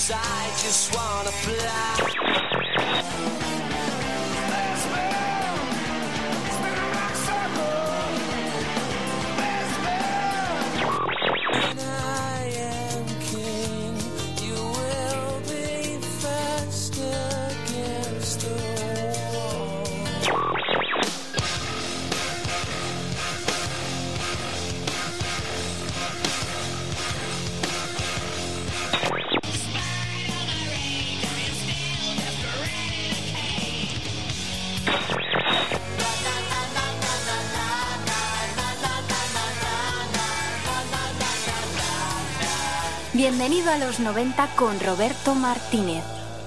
Bienvenido a los 90 con Roberto Martínez.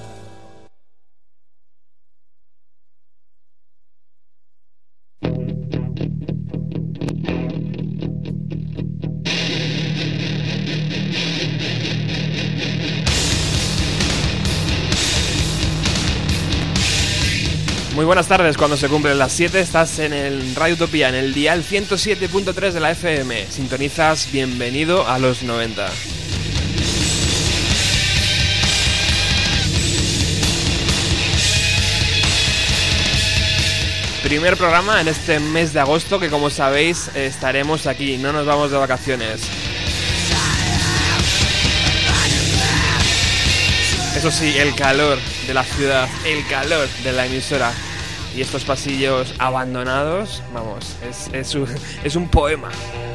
Muy buenas tardes, cuando se cumplen las 7 estás en el Radio Utopía, en el dial 107.3 de la FM. Sintonizas Bienvenido a los 90. Primer programa en este mes de agosto que, como sabéis, estaremos aquí, no nos vamos de vacaciones. Eso sí, el calor de la ciudad, el calor de la emisora y estos pasillos abandonados, vamos, es un poema.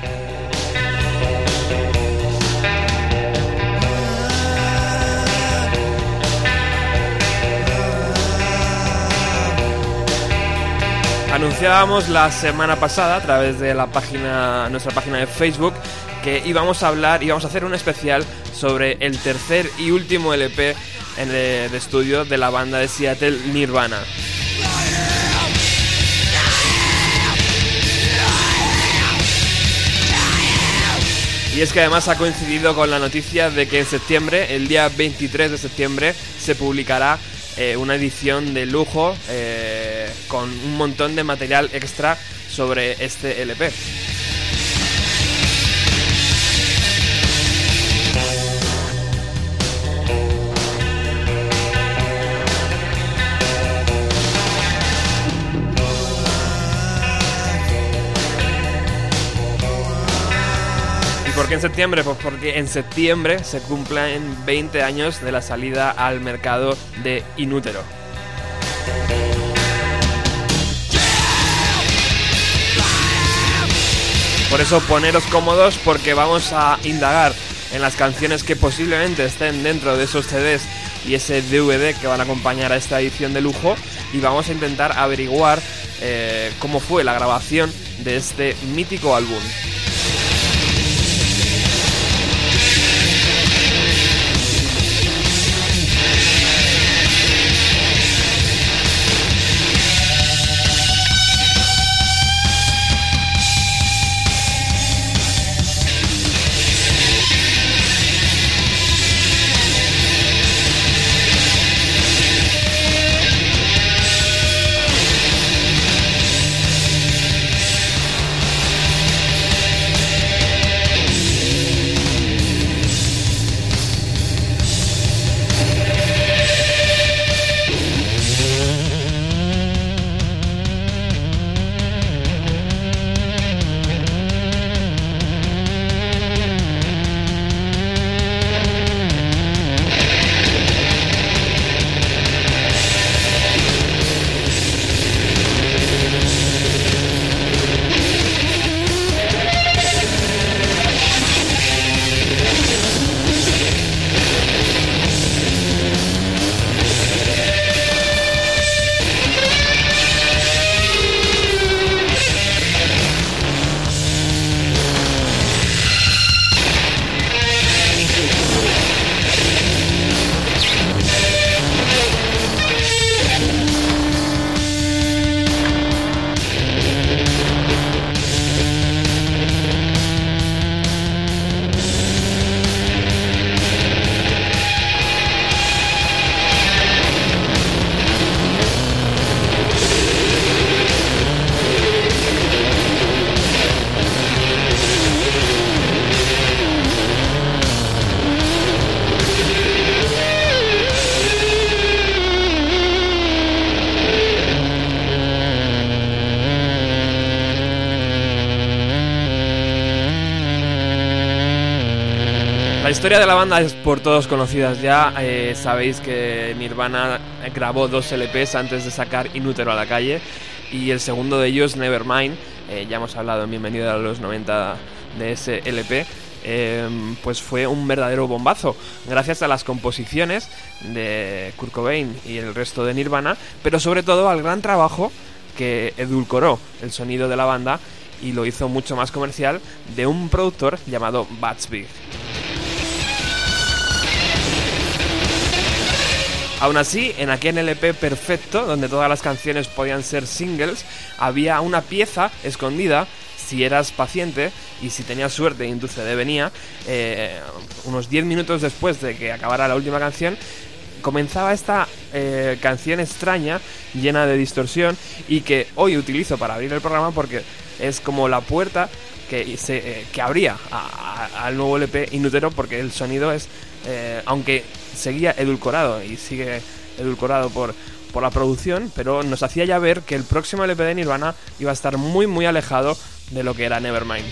Anunciábamos la semana pasada a través de nuestra página de Facebook, que íbamos a hacer un especial sobre el tercer y último LP de estudio de la banda de Seattle Nirvana. Y es que además ha coincidido con la noticia de que en septiembre, el día 23 de septiembre, se publicará una edición de lujo con un montón de material extra sobre este LP. ¿Por qué en septiembre? Pues porque en septiembre se cumplen 20 años de la salida al mercado de In Utero. Por eso poneros cómodos, porque vamos a indagar en las canciones que posiblemente estén dentro de esos CDs y ese DVD que van a acompañar a esta edición de lujo, y vamos a intentar averiguar cómo fue la grabación de este mítico álbum. historia de la banda es por todos conocida ya. Sabéis que Nirvana grabó 2 LPs antes de sacar In Utero a la calle, y el segundo de ellos, Nevermind, ya hemos hablado en Bienvenido a los 90 de ese LP, pues fue un verdadero bombazo, gracias a las composiciones de Kurt Cobain y el resto de Nirvana, pero sobre todo al gran trabajo que edulcoró el sonido de la banda y lo hizo mucho más comercial, de un productor llamado Butch Vig. Aún así, en aquel LP perfecto, donde todas las canciones podían ser singles, había una pieza escondida. Si eras paciente y si tenías suerte y tu CD venía, unos 10 minutos después de que acabara la última canción, comenzaba esta canción extraña, llena de distorsión, y que hoy utilizo para abrir el programa porque es como la puerta que abría al nuevo LP In Utero, porque el sonido es, aunque seguía edulcorado y sigue edulcorado por la producción, pero nos hacía ya ver que el próximo LP de Nirvana iba a estar muy muy alejado de lo que era Nevermind.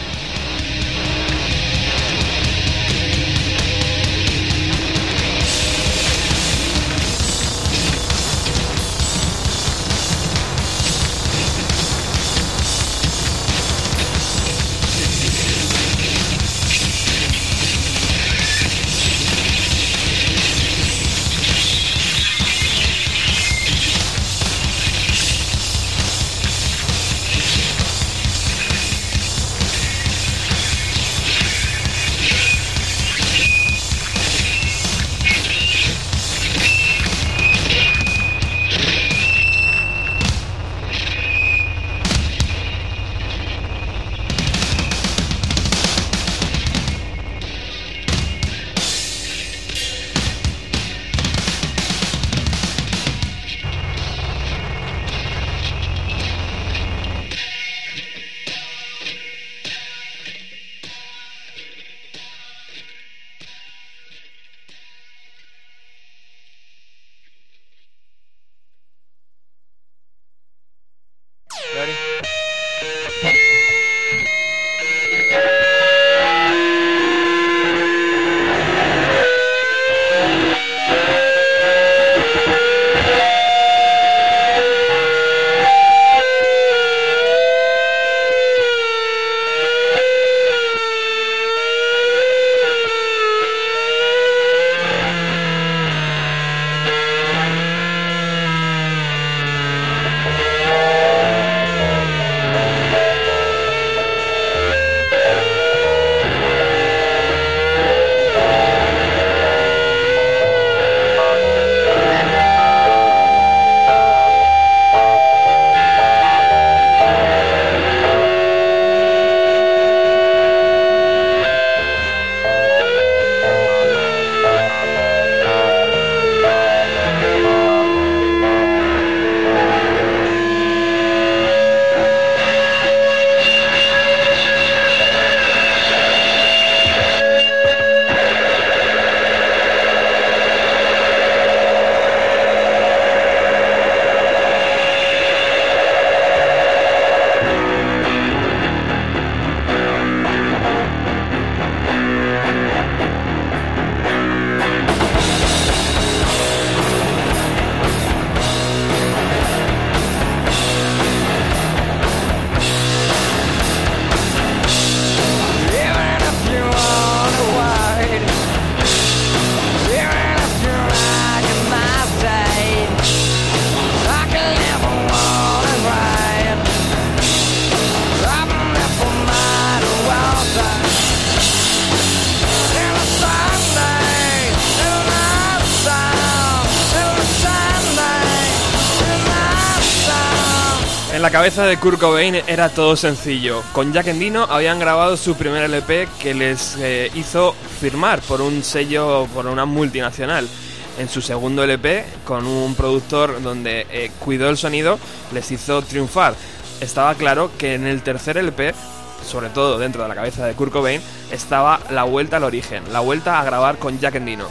En la cabeza de Kurt Cobain era todo sencillo. Con Jack Endino habían grabado su primer LP que les hizo firmar por un sello, por una multinacional. En su segundo LP, con un productor donde cuidó el sonido, les hizo triunfar. Estaba claro que en el tercer LP, sobre todo dentro de la cabeza de Kurt Cobain, estaba la vuelta al origen, la vuelta a grabar con Jack Endino.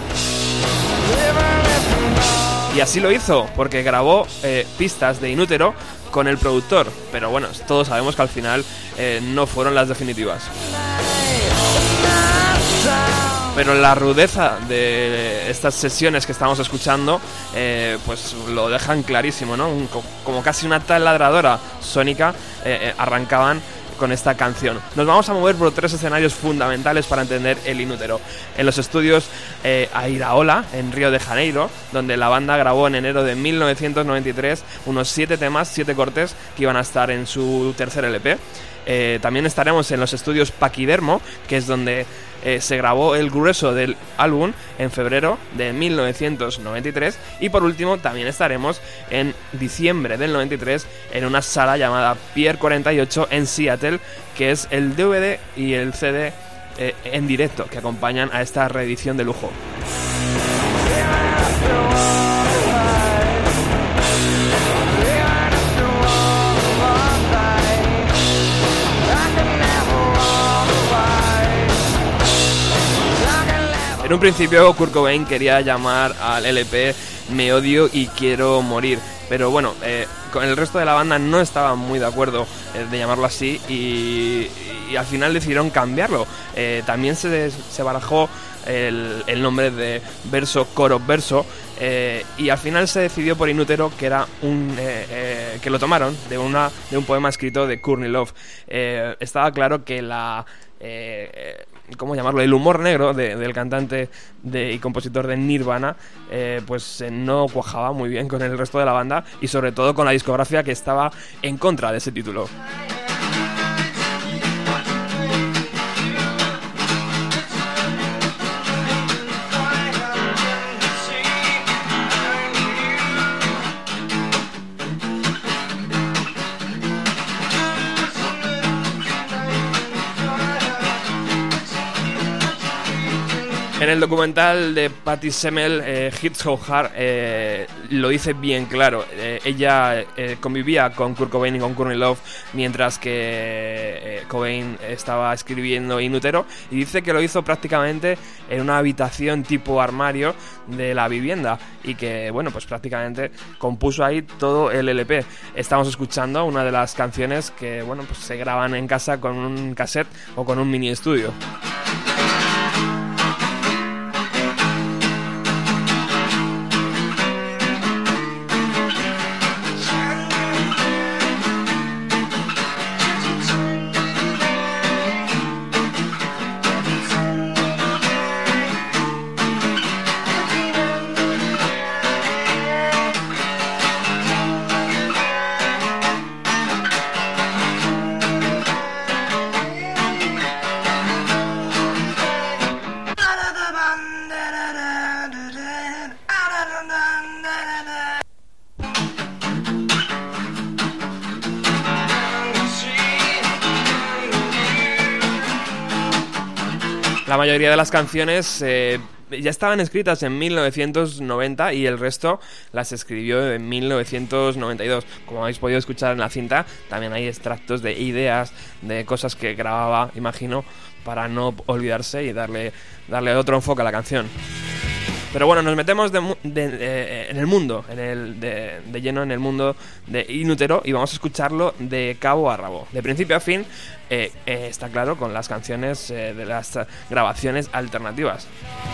Y así lo hizo, porque grabó pistas de In Utero con el productor, pero bueno, todos sabemos que al final no fueron las definitivas. pero la rudeza de estas sesiones que estamos escuchando pues lo dejan clarísimo, ¿no? Como casi una taladradora sónica arrancaban con esta canción. Nos vamos a mover por 3 escenarios fundamentales para entender el Inútero. En los estudios Airaola, en Río de Janeiro, donde la banda grabó en enero de 1993 unos 7 temas, 7 cortes que iban a estar en su tercer LP. También estaremos en los estudios Paquidermo, que es donde se grabó el grueso del álbum en febrero de 1993. Y por último también estaremos en diciembre del 93 en una sala llamada Pier 48 en Seattle, que es el DVD y el CD en directo que acompañan a esta reedición de lujo. En un principio Kurt Cobain quería llamar al LP Me odio y quiero morir, pero bueno, con el resto de la banda no estaban muy de acuerdo de llamarlo así y al final decidieron cambiarlo. También se barajó el nombre de verso, coro, verso, y al final se decidió por Inútero, que era que lo tomaron de un poema escrito de Courtney Love. Estaba claro que ¿cómo llamarlo? El humor negro del cantante y compositor de Nirvana pues no cuajaba muy bien con el resto de la banda y sobre todo con la discografía, que estaba en contra de ese título. En el documental de Patti Semmel, Hits So Hard, lo dice bien claro. Ella convivía con Kurt Cobain y con Courtney Love mientras que Cobain estaba escribiendo Inútero, y dice que lo hizo prácticamente en una habitación tipo armario de la vivienda y que, bueno, pues prácticamente compuso ahí todo el LP. Estamos escuchando una de las canciones que, bueno, pues se graban en casa con un cassette o con un mini estudio. La mayoría de las canciones ya estaban escritas en 1990 y el resto las escribió en 1992. Como habéis podido escuchar en la cinta, también hay extractos de ideas, de cosas que grababa, imagino, para no olvidarse y darle otro enfoque a la canción. Pero bueno, nos metemos en el mundo, de lleno en el mundo de Inútero, y vamos a escucharlo de cabo a rabo, de principio a fin. Está claro, con las canciones de las grabaciones alternativas.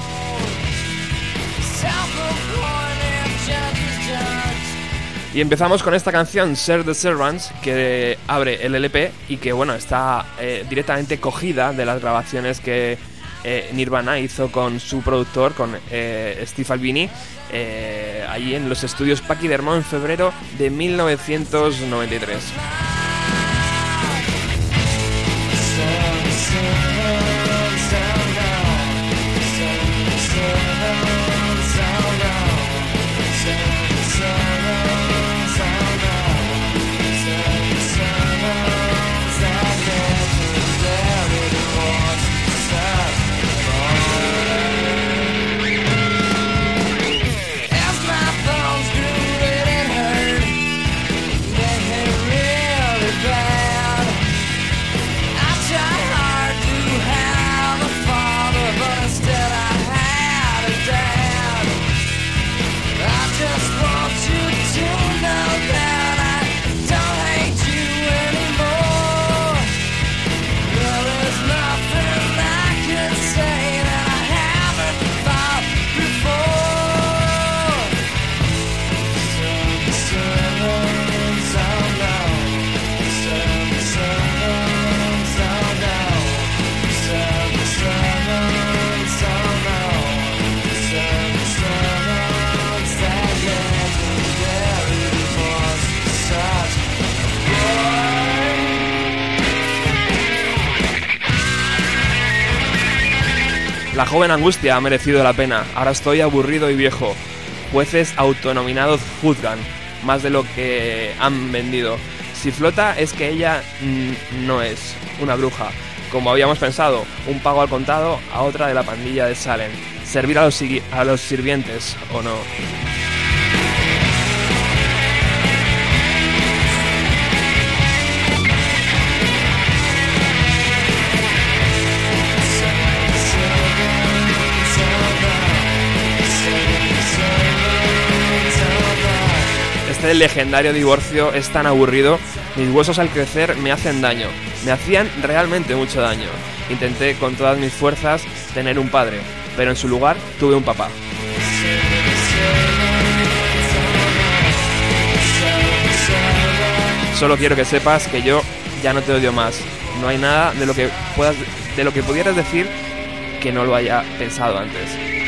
Y empezamos con esta canción, Serve the Servants, que abre el LP y que, bueno, está directamente cogida de las grabaciones que Nirvana hizo con su productor, con Steve Albini, allí en los estudios Paquidermo en febrero de 1993. La joven angustia ha merecido la pena. Ahora estoy aburrido y viejo. Jueces autonominados juzgan más de lo que han vendido. Si flota es que ella no es una bruja, como habíamos pensado, un pago al contado a otra de la pandilla de Salem. Servir a los sirvientes, ¿o no? Este legendario divorcio es tan aburrido. Mis huesos al crecer me hacen daño. Me hacían realmente mucho daño. Intenté con todas mis fuerzas tener un padre, pero en su lugar tuve un papá. Solo quiero que sepas que yo ya no te odio más. No hay nada de lo que pudieras decir que no lo haya pensado antes.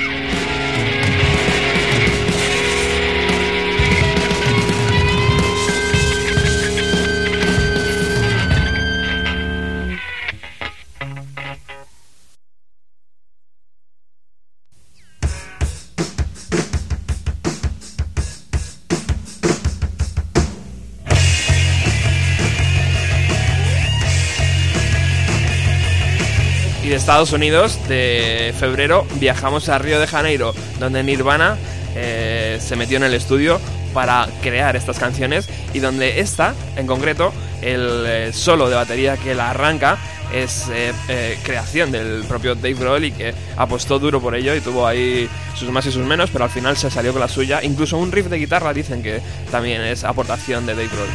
De Estados Unidos, de febrero, viajamos a Río de Janeiro, donde Nirvana se metió en el estudio para crear estas canciones y donde esta, en concreto, el solo de batería que la arranca es creación del propio Dave Grohl y que apostó duro por ello y tuvo ahí sus más y sus menos, pero al final se salió con la suya. Incluso un riff de guitarra dicen que también es aportación de Dave Grohl.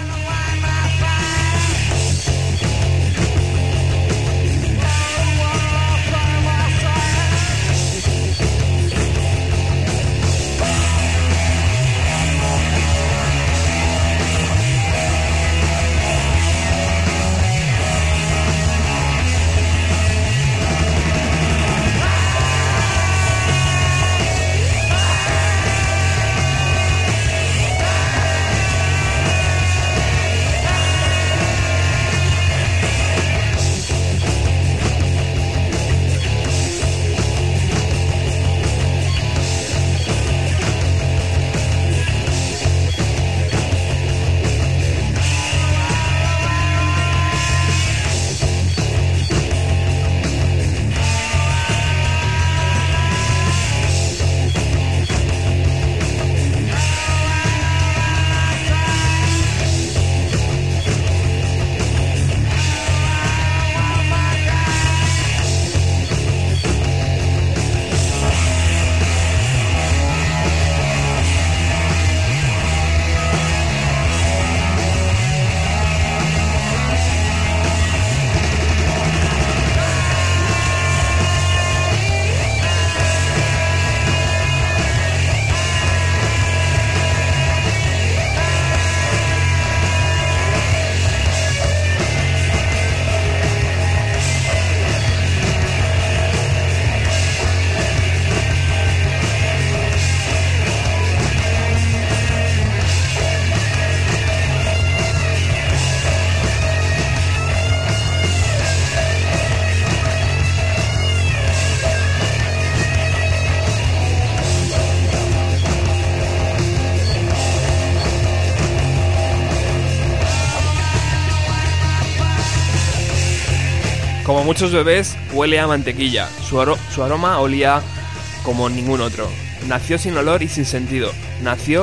Como muchos bebés, huele a mantequilla. Su aroma olía como ningún otro. Nació sin olor y sin sentido. Nació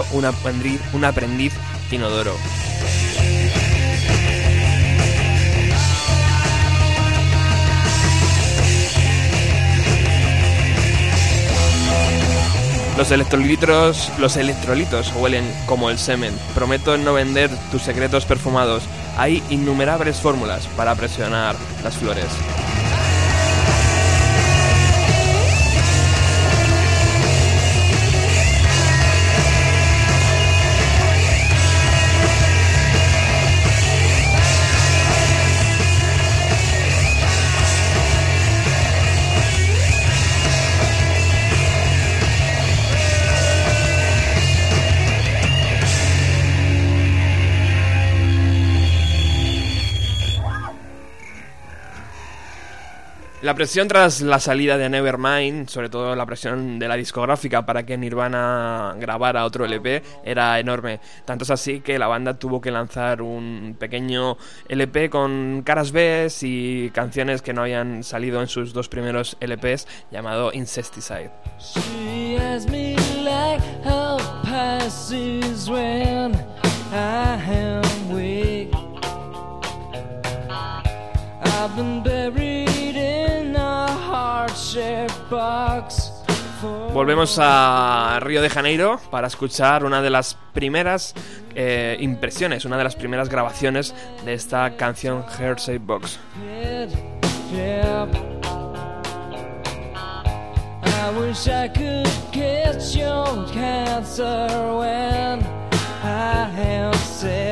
un aprendiz inodoro. Los electrolitos huelen como el semen. Prometo no vender tus secretos perfumados. Hay innumerables fórmulas para presionar las flores. La presión tras la salida de Nevermind, sobre todo la presión de la discográfica para que Nirvana grabara otro LP, era enorme. Tanto es así que la banda tuvo que lanzar un pequeño LP con caras B y canciones que no habían salido en sus dos primeros LPs, llamado Incesticide. She has me like how passes when I am weak. I've been buried in a heart-shaped box. Volvemos a Río de Janeiro para escuchar una de las primeras impresiones, una de las primeras grabaciones de esta canción Heart-Shaped Box. I wish I could catch your cancer when I am sick.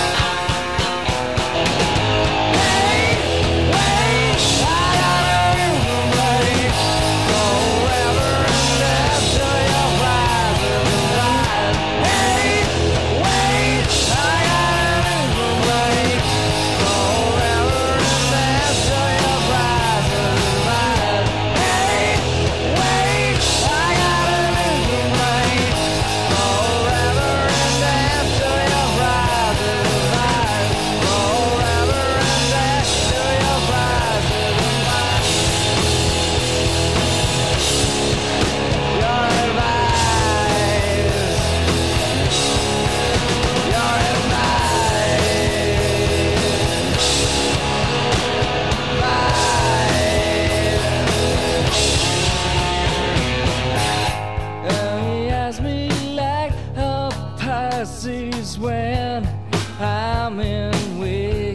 When I'm in weak,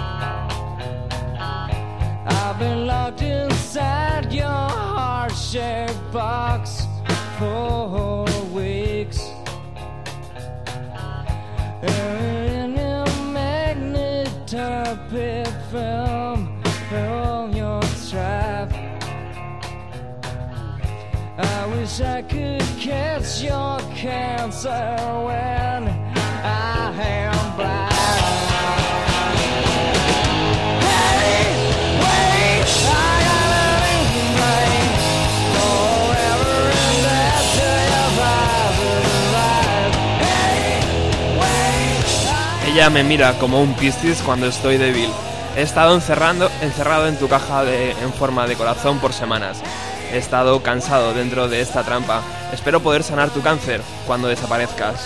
I've been locked inside your heart-shaped box for weeks. In your magnetopid film on your trap, I wish I could catch your cancer when I am blind. Hey, wait, I gotta leave forever and after your eyes. Hey, wait. Ella me mira como un piscis cuando estoy débil. He estado encerrado en tu caja en forma de corazón por semanas. He estado cansado dentro de esta trampa. Espero poder sanar tu cáncer cuando desaparezcas.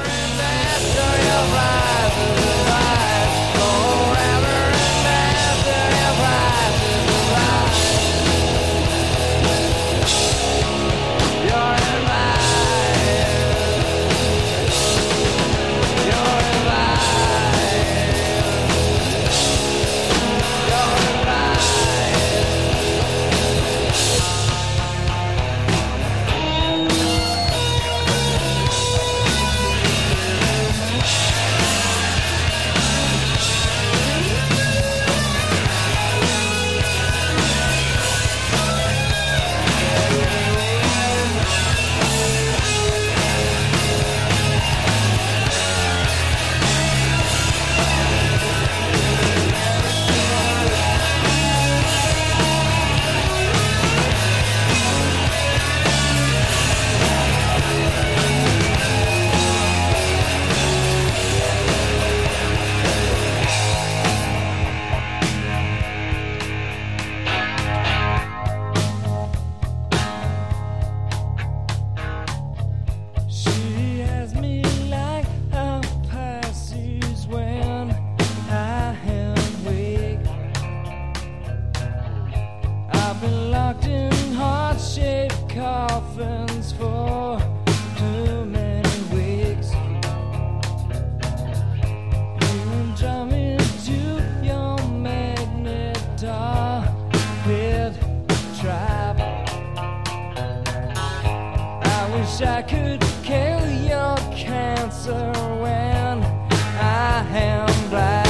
I could kill your cancer when I am blind.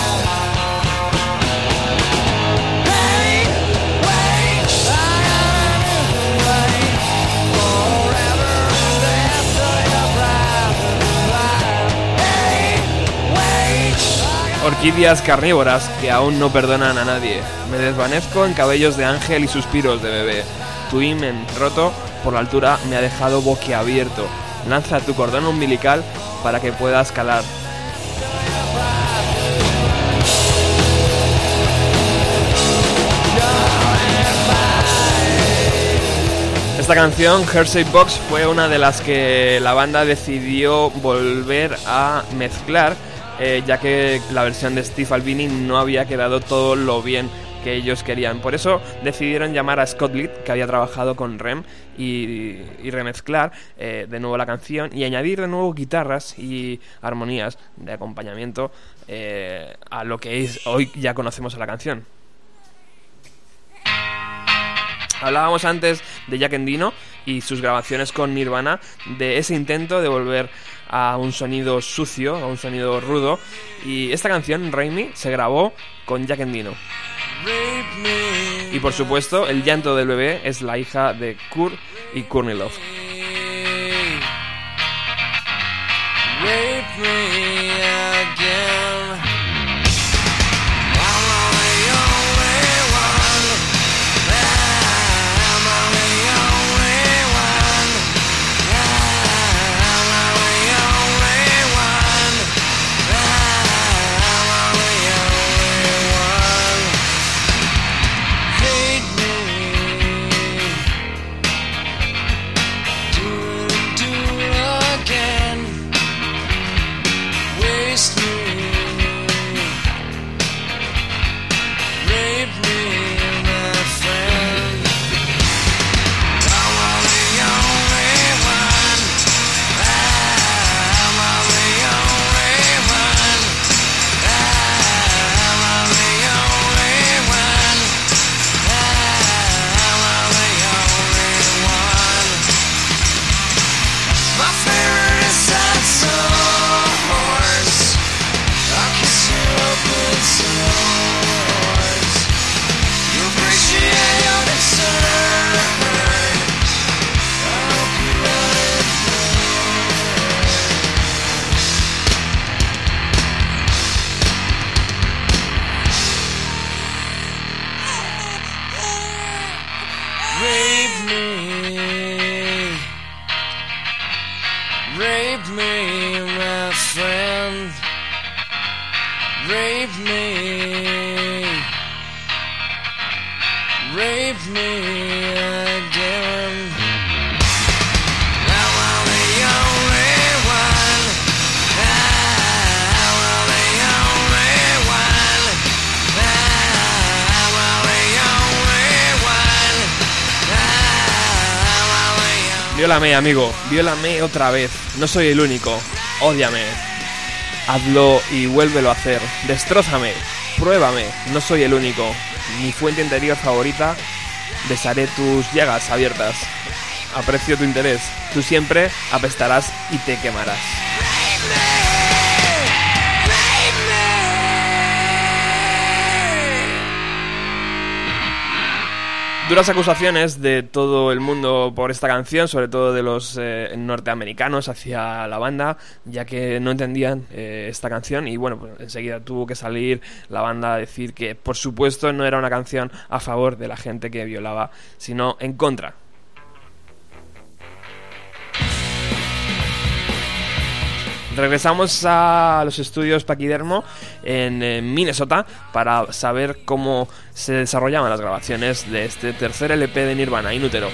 Hey, wait, I gotta wait forever and after your life. Hey, wait. Orquídeas carnívoras que aún no perdonan a nadie. Me desvanezco en cabellos de ángel y suspiros de bebé. Tu himen roto por la altura me ha dejado boquiabierto. Lanza tu cordón umbilical para que puedas calar. Esta canción, Heart Shaped Box, fue una de las que la banda decidió volver a mezclar, ya que la versión de Steve Albini no había quedado todo lo bien que ellos querían. Por eso decidieron llamar a Scott Litt, que había trabajado con Rem, y remezclar de nuevo la canción y añadir de nuevo guitarras y armonías de acompañamiento a lo que hoy ya conocemos a la canción. Hablábamos antes de Jack Endino y sus grabaciones con Nirvana, de ese intento de volver a un sonido sucio, a un sonido rudo, y esta canción, Rape Me, se grabó con Jack Endino. Y por supuesto, el llanto del bebé es la hija de Kurt y Courtney Love. Rape me again. Viólame, amigo, viólame otra vez. No soy el único. Ódiame. Hazlo y vuélvelo a hacer. Destrózame. Pruébame. No soy el único. Mi fuente interior favorita. Besaré tus llagas abiertas. Aprecio tu interés. Tú siempre apestarás y te quemarás. Duras acusaciones de todo el mundo por esta canción, sobre todo de los norteamericanos hacia la banda, ya que no entendían esta canción y bueno, pues enseguida tuvo que salir la banda a decir que por supuesto no era una canción a favor de la gente que violaba, sino en contra. Regresamos a los estudios Paquidermo en Minnesota para saber cómo se desarrollaban las grabaciones de este tercer LP de Nirvana, In Utero.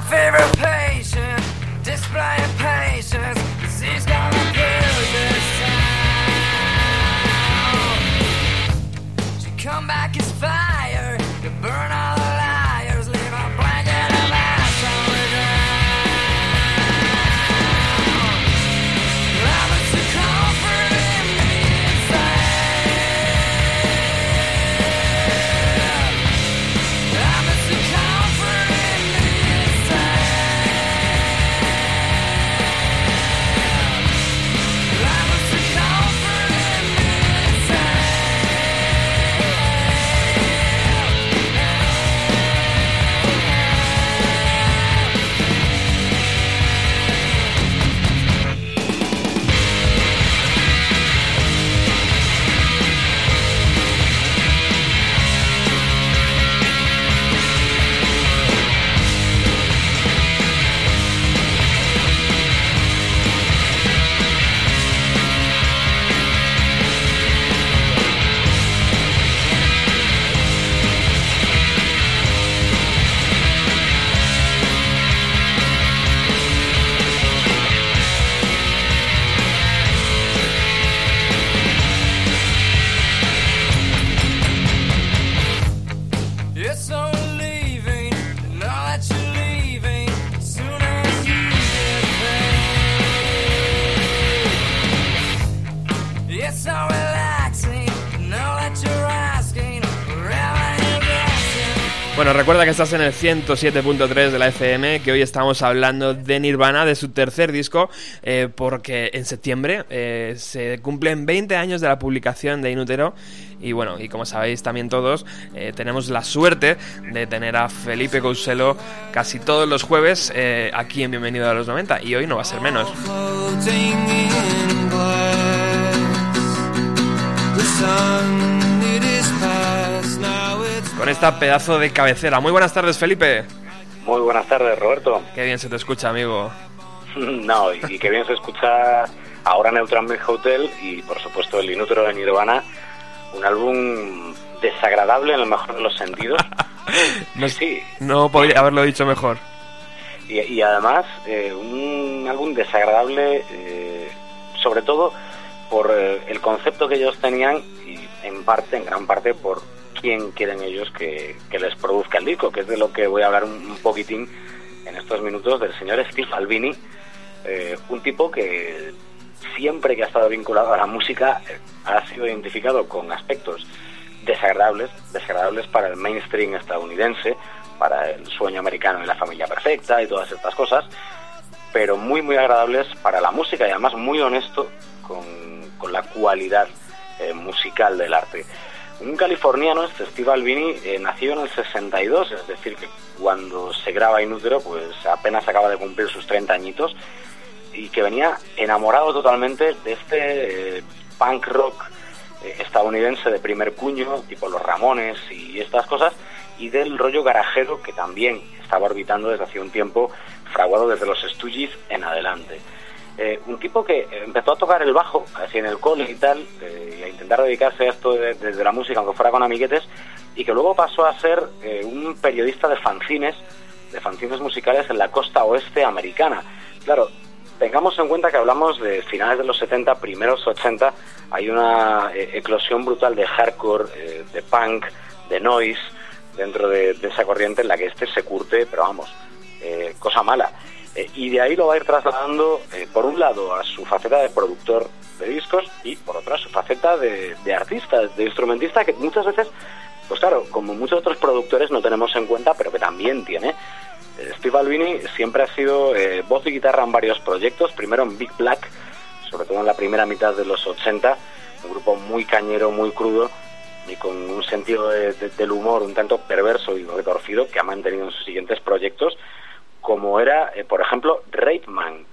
my favorite patient, displaying patience, 'cause he's got a perfect sound. To come back is fire, to burn all the liars, leave a blanket of ash on the ground. Love is the comfort in me inside. Love is the comfort in me inside. Love is the comfort in me inside. It's so relieving to know that you're leaving as soon as you get paid. It's so relaxing to know that you're asking wherever you're guessing. Bueno, recuerda que estás en el 107.3 de la FM, que hoy estamos hablando de Nirvana, de su tercer disco, porque en septiembre se cumplen 20 años de la publicación de In Utero. Y bueno, y como sabéis también todos, tenemos la suerte de tener a Felipe Couselo casi todos los jueves aquí en Bienvenido a los 90, y hoy no va a ser menos. Floating in glass, the sun it is past, now it's Con esta pedazo de cabecera. Muy buenas tardes, Felipe. Muy buenas tardes, Roberto. Qué bien se te escucha, amigo. No, y qué bien se escucha ahora Neutral Milk Hotel y, por supuesto, el In Utero de Nirvana, un álbum desagradable en el mejor de los sentidos. No, Sí. no podría haberlo dicho mejor. Y además, un álbum desagradable, sobre todo por el concepto que ellos tenían y en gran parte por quién quieren ellos que les produzca el disco, que es de lo que voy a hablar un poquitín en estos minutos, del señor Steve Albini, un tipo que siempre que ha estado vinculado a la música ha sido identificado con aspectos desagradables para el mainstream estadounidense, para el sueño americano y la familia perfecta y todas estas cosas, pero muy muy agradables para la música y además muy honesto con la cualidad musical del arte. Un californiano, Steve Albini, nació en el 62, es decir, que cuando se graba In Utero, pues apenas acaba de cumplir sus 30 añitos, y que venía enamorado totalmente de este punk rock estadounidense de primer puño, tipo los Ramones y estas cosas, y del rollo garajero que también estaba orbitando desde hace un tiempo, fraguado desde los Stooges en adelante. Un tipo que empezó a tocar el bajo así en el cole y tal, y a intentar dedicarse a esto desde la música, aunque fuera con amiguetes, y que luego pasó a ser un periodista de fanzines musicales en la costa oeste americana. Claro, tengamos en cuenta que hablamos de finales de los 70, primeros 80, hay una eclosión brutal de hardcore, de punk, de noise, dentro de esa corriente en la que este se curte, pero vamos, cosa mala. Y de ahí lo va a ir trasladando, por un lado, a su faceta de productor de discos y, por otro, a su faceta de artista, de instrumentista, que muchas veces, pues claro, como muchos otros productores no tenemos en cuenta, pero que también tiene. Steve Albini siempre ha sido voz y guitarra en varios proyectos, primero en Big Black, sobre todo en la primera mitad de los 80, un grupo muy cañero, muy crudo y con un sentido del humor un tanto perverso y retorcido que ha mantenido en sus siguientes proyectos, como era, por ejemplo, Rape Man,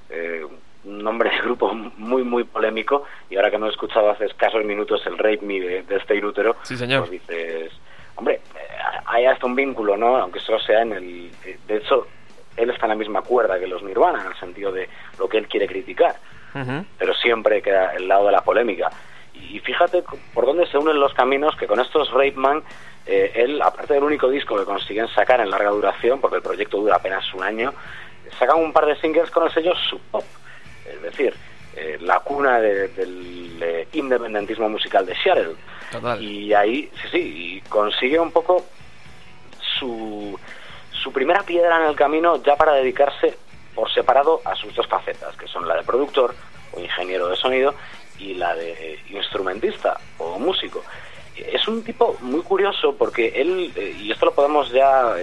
un nombre de grupo muy muy polémico, y ahora que no he escuchado hace escasos minutos el Rape Me de este In Utero, Sí, señor. pues dices, hombre, hay hasta un vínculo, ¿no? Aunque solo sea en el... De hecho, él está en la misma cuerda que los Nirvana, en el sentido de lo que él quiere criticar, Uh-huh. pero siempre queda el lado de la polémica. Y fíjate por dónde se unen los caminos, que con estos Rape Man, él, aparte del único disco que consiguen sacar en larga duración, porque el proyecto dura apenas un año, sacan un par de singles con el sello Sub Pop, es decir, la cuna del independentismo musical de Seattle. Total. Y ahí, y consigue un poco su primera piedra en el camino ya para dedicarse por separado a sus dos facetas, que son la de productor o ingeniero de sonido y la de instrumentista o músico. Es un tipo muy curioso porque él, y esto lo podemos ya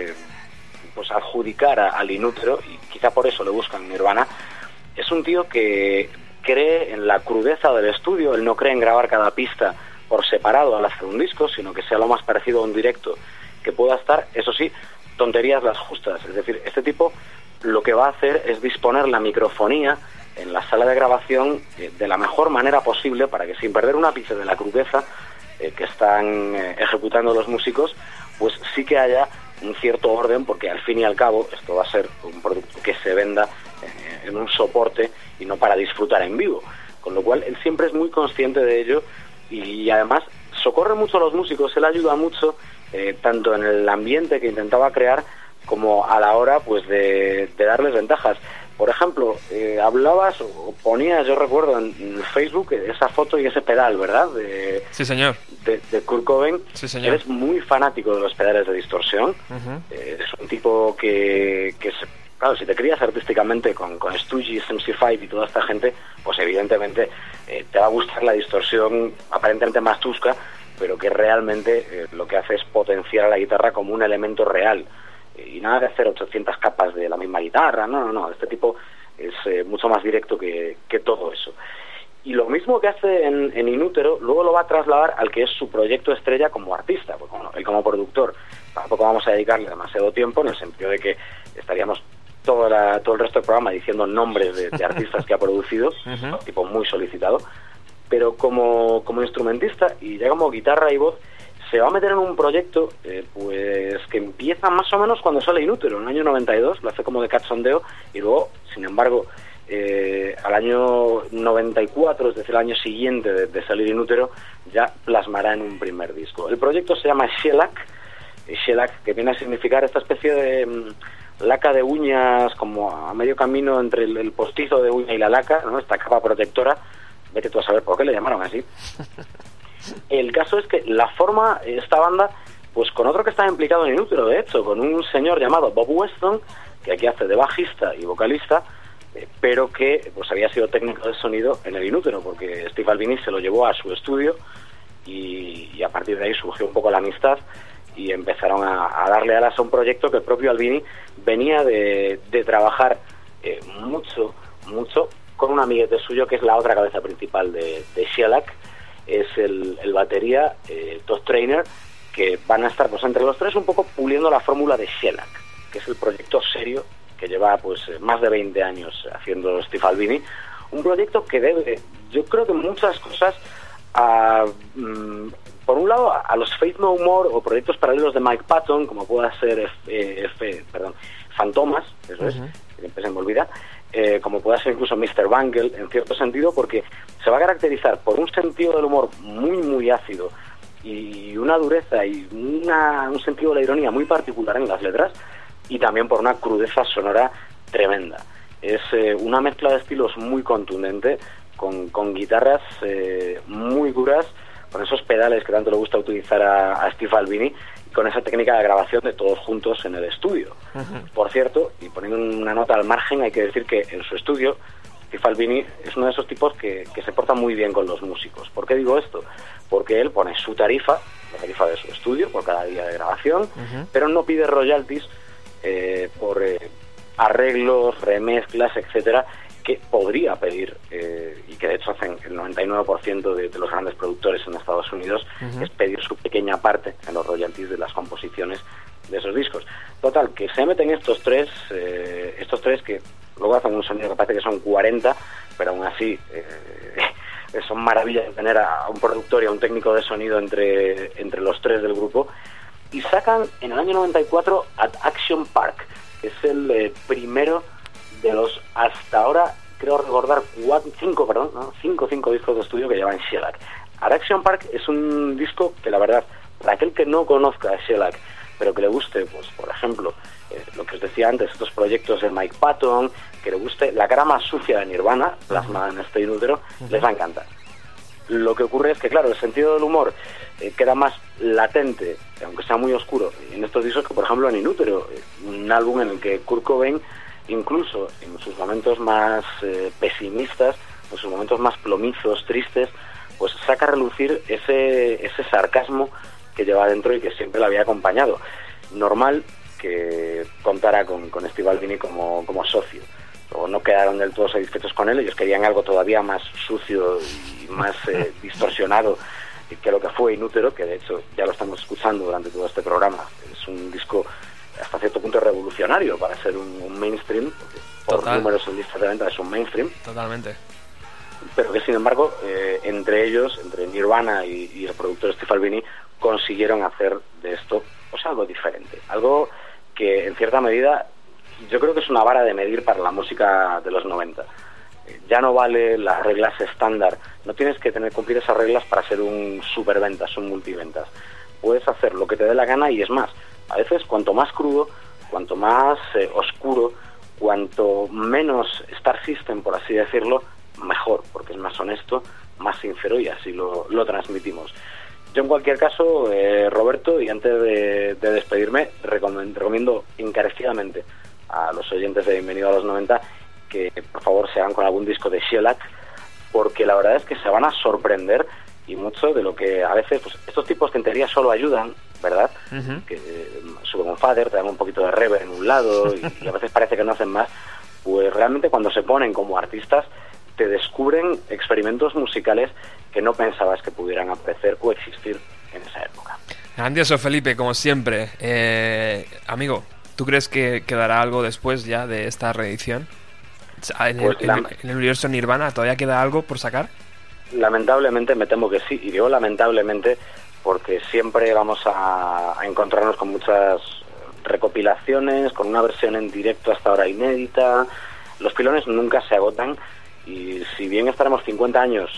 pues adjudicar al Inútero, y quizá por eso le buscan Nirvana, es un tío que cree en la crudeza del estudio. Él no cree en grabar cada pista por separado al hacer un disco, sino que sea lo más parecido a un directo que pueda estar, eso sí, tonterías las justas. Es decir, este tipo lo que va a hacer es disponer la microfonía en la sala de grabación de la mejor manera posible para que, sin perder un ápice de la crudeza que están ejecutando los músicos, pues sí que haya un cierto orden, porque al fin y al cabo esto va a ser un producto que se venda en un soporte y no para disfrutar en vivo, con lo cual él siempre es muy consciente de ello y además socorre mucho a los músicos. Él ayuda mucho tanto en el ambiente que intentaba crear como a la hora pues de darles ventajas. Por ejemplo, hablabas o ponías, yo recuerdo en Facebook, esa foto y ese pedal, ¿verdad? Sí, señor. De Kurt Cobain. Sí, señor. Eres muy fanático de los pedales de distorsión. Uh-huh. Eres un tipo que claro, si te crías artísticamente con Stooges, MC5 y toda esta gente, pues evidentemente te va a gustar la distorsión aparentemente más chusca, pero que realmente lo que hace es potenciar a la guitarra como un elemento real. Y nada de hacer 800 capas de la misma guitarra, no, este tipo es mucho más directo que todo eso. Y lo mismo que hace en Inútero, luego lo va a trasladar al que es su proyecto estrella como artista, porque bueno, él como productor tampoco vamos a dedicarle demasiado tiempo, en el sentido de que estaríamos todo el resto del programa diciendo nombres de artistas que ha producido, uh-huh. Tipo muy solicitado, pero como instrumentista y ya como guitarra y voz, se va a meter en un proyecto pues que empieza más o menos cuando sale Inútero, en el año 92, lo hace como de cachondeo, y luego, sin embargo, al año 94, es decir, el año siguiente de salir Inútero, ya plasmará en un primer disco. El proyecto se llama Shellac, que viene a significar esta especie de laca de uñas como a medio camino entre el postizo de uña y la laca, ¿no? Esta capa protectora, vete tú a saber por qué le llamaron así. El caso es que la forma esta banda pues con otro que está implicado en Inútero, de hecho, con un señor llamado Bob Weston, que aquí hace de bajista y vocalista, pero que pues había sido técnico de sonido en el Inútero, porque Steve Albini se lo llevó a su estudio y a partir de ahí surgió un poco la amistad y empezaron a darle alas a un proyecto que el propio Albini venía de trabajar mucho con un amiguete suyo, que es la otra cabeza principal de Shellac. Es el batería, Todd Trainer, que van a estar pues entre los tres un poco puliendo la fórmula de Shellac, que es el proyecto serio que lleva pues más de 20 años haciendo Steve Albini, un proyecto que debe, yo creo que muchas cosas por un lado a los Faith No More o proyectos paralelos de Mike Patton, como pueda ser Fantomas, eso es, que siempre se me olvida, como pueda ser incluso Mr. Bungle, en cierto sentido, porque se va a caracterizar por un sentido del humor muy muy ácido y una dureza y un sentido de la ironía muy particular en las letras, y también por una crudeza sonora tremenda. Es una mezcla de estilos muy contundente, con guitarras muy duras, con esos pedales que tanto le gusta utilizar a Steve Albini, y con esa técnica de grabación de todos juntos en el estudio. Uh-huh. Por cierto, y poniendo una nota al margen, hay que decir que en su estudio Steve Albini es uno de esos tipos que se porta muy bien con los músicos. ¿Por qué digo esto? Porque él pone su tarifa, la tarifa de su estudio, por cada día de grabación, uh-huh. pero no pide royalties por arreglos, remezclas, etcétera, que podría pedir, y que de hecho hacen el 99% de los grandes productores en Estados Unidos, uh-huh. es pedir su pequeña parte en los royalties de las composiciones de esos discos. Total, que se meten estos tres que luego hacen un sonido que parece que son 40, pero aún así son maravillas de tener a un productor y a un técnico de sonido entre los tres del grupo, y sacan en el año 94 At Action Park, que es el primero de los hasta ahora, creo recordar, cinco discos de estudio que llevan Shellac. Addiction Park es un disco que la verdad, para aquel que no conozca a Shellac, pero que le guste, pues por ejemplo, lo que os decía antes, estos proyectos de Mike Patton, que le guste la cara más sucia de Nirvana, plasmada en este Inútero, les va a encantar. Lo que ocurre es que, claro, el sentido del humor queda más latente, aunque sea muy oscuro, en estos discos que, por ejemplo, en Inútero, un álbum en el que Kurt Cobain, incluso en sus momentos más pesimistas, en sus momentos más plomizos, tristes, pues saca a relucir ese sarcasmo que lleva dentro y que siempre le había acompañado. Normal que contara con Steve Albini como socio. O no quedaron del todo satisfechos con él, ellos querían algo todavía más sucio y más distorsionado que lo que fue Inútero, que de hecho ya lo estamos escuchando durante todo este programa. Es un disco hasta cierto punto revolucionario para ser un mainstream, porque por números en lista de venta es un mainstream. Totalmente. Pero que sin embargo, entre ellos, entre Nirvana y el productor Steve Albini, consiguieron hacer de esto pues algo diferente, algo que en cierta medida yo creo que es una vara de medir para la música de los 90. Ya no vale las reglas estándar, no tienes que cumplir esas reglas para ser un superventas, un multiventas. Puedes hacer lo que te dé la gana y es más, a veces cuanto más crudo, cuanto más oscuro, cuanto menos Star System, por así decirlo, mejor, porque es más honesto, más sincero y así lo transmitimos. Yo en cualquier caso, Roberto, y antes de despedirme, recomiendo encarecidamente a los oyentes de Bienvenido a los 90 que por favor se hagan con algún disco de Shellac, porque la verdad es que se van a sorprender y mucho de lo que a veces pues, estos tipos que en teoría solo ayudan, ¿verdad? Que suben un fader, te dan un poquito de reverb en un lado y a veces parece que no hacen más, pues realmente cuando se ponen como artistas te descubren experimentos musicales que no pensabas que pudieran aparecer o existir en esa época. Grandioso, Felipe, como siempre. Amigo, ¿tú crees que quedará algo después ya de esta reedición? ¿En el universo Nirvana todavía queda algo por sacar? Lamentablemente me temo que sí, y digo lamentablemente porque siempre vamos a encontrarnos con muchas recopilaciones, con una versión en directo hasta ahora inédita. Los pilones nunca se agotan y si bien estaremos 50 años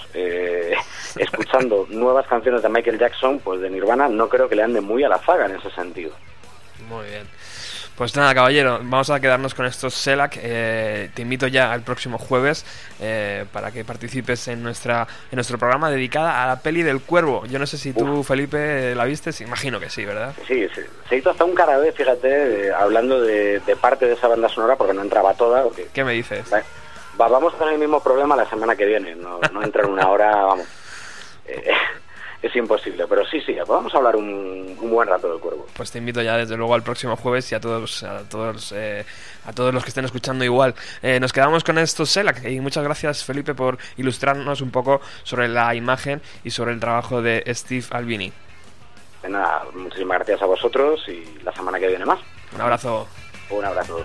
escuchando nuevas canciones de Michael Jackson, pues de Nirvana no creo que le ande muy a la zaga en ese sentido. Muy bien. Pues nada, caballero, vamos a quedarnos con estos Shellac. Te invito ya al próximo jueves para que participes en nuestro programa dedicada a la peli del Cuervo. Yo no sé si tú, Felipe, la viste, imagino que sí, ¿verdad? Sí. Se hizo hasta un carabé, fíjate, hablando de parte de esa banda sonora, porque no entraba toda. Porque, ¿qué me dices? Vamos a tener el mismo problema la semana que viene, no entra en una hora, vamos. Es imposible, pero sí, vamos a hablar un buen rato del Cuervo. Pues te invito ya desde luego al próximo jueves y a todos los que estén escuchando igual. Nos quedamos con estos Shellac y muchas gracias, Felipe, por ilustrarnos un poco sobre la imagen y sobre el trabajo de Steve Albini. De nada, muchísimas gracias a vosotros y la semana que viene más. Un abrazo. Un abrazo.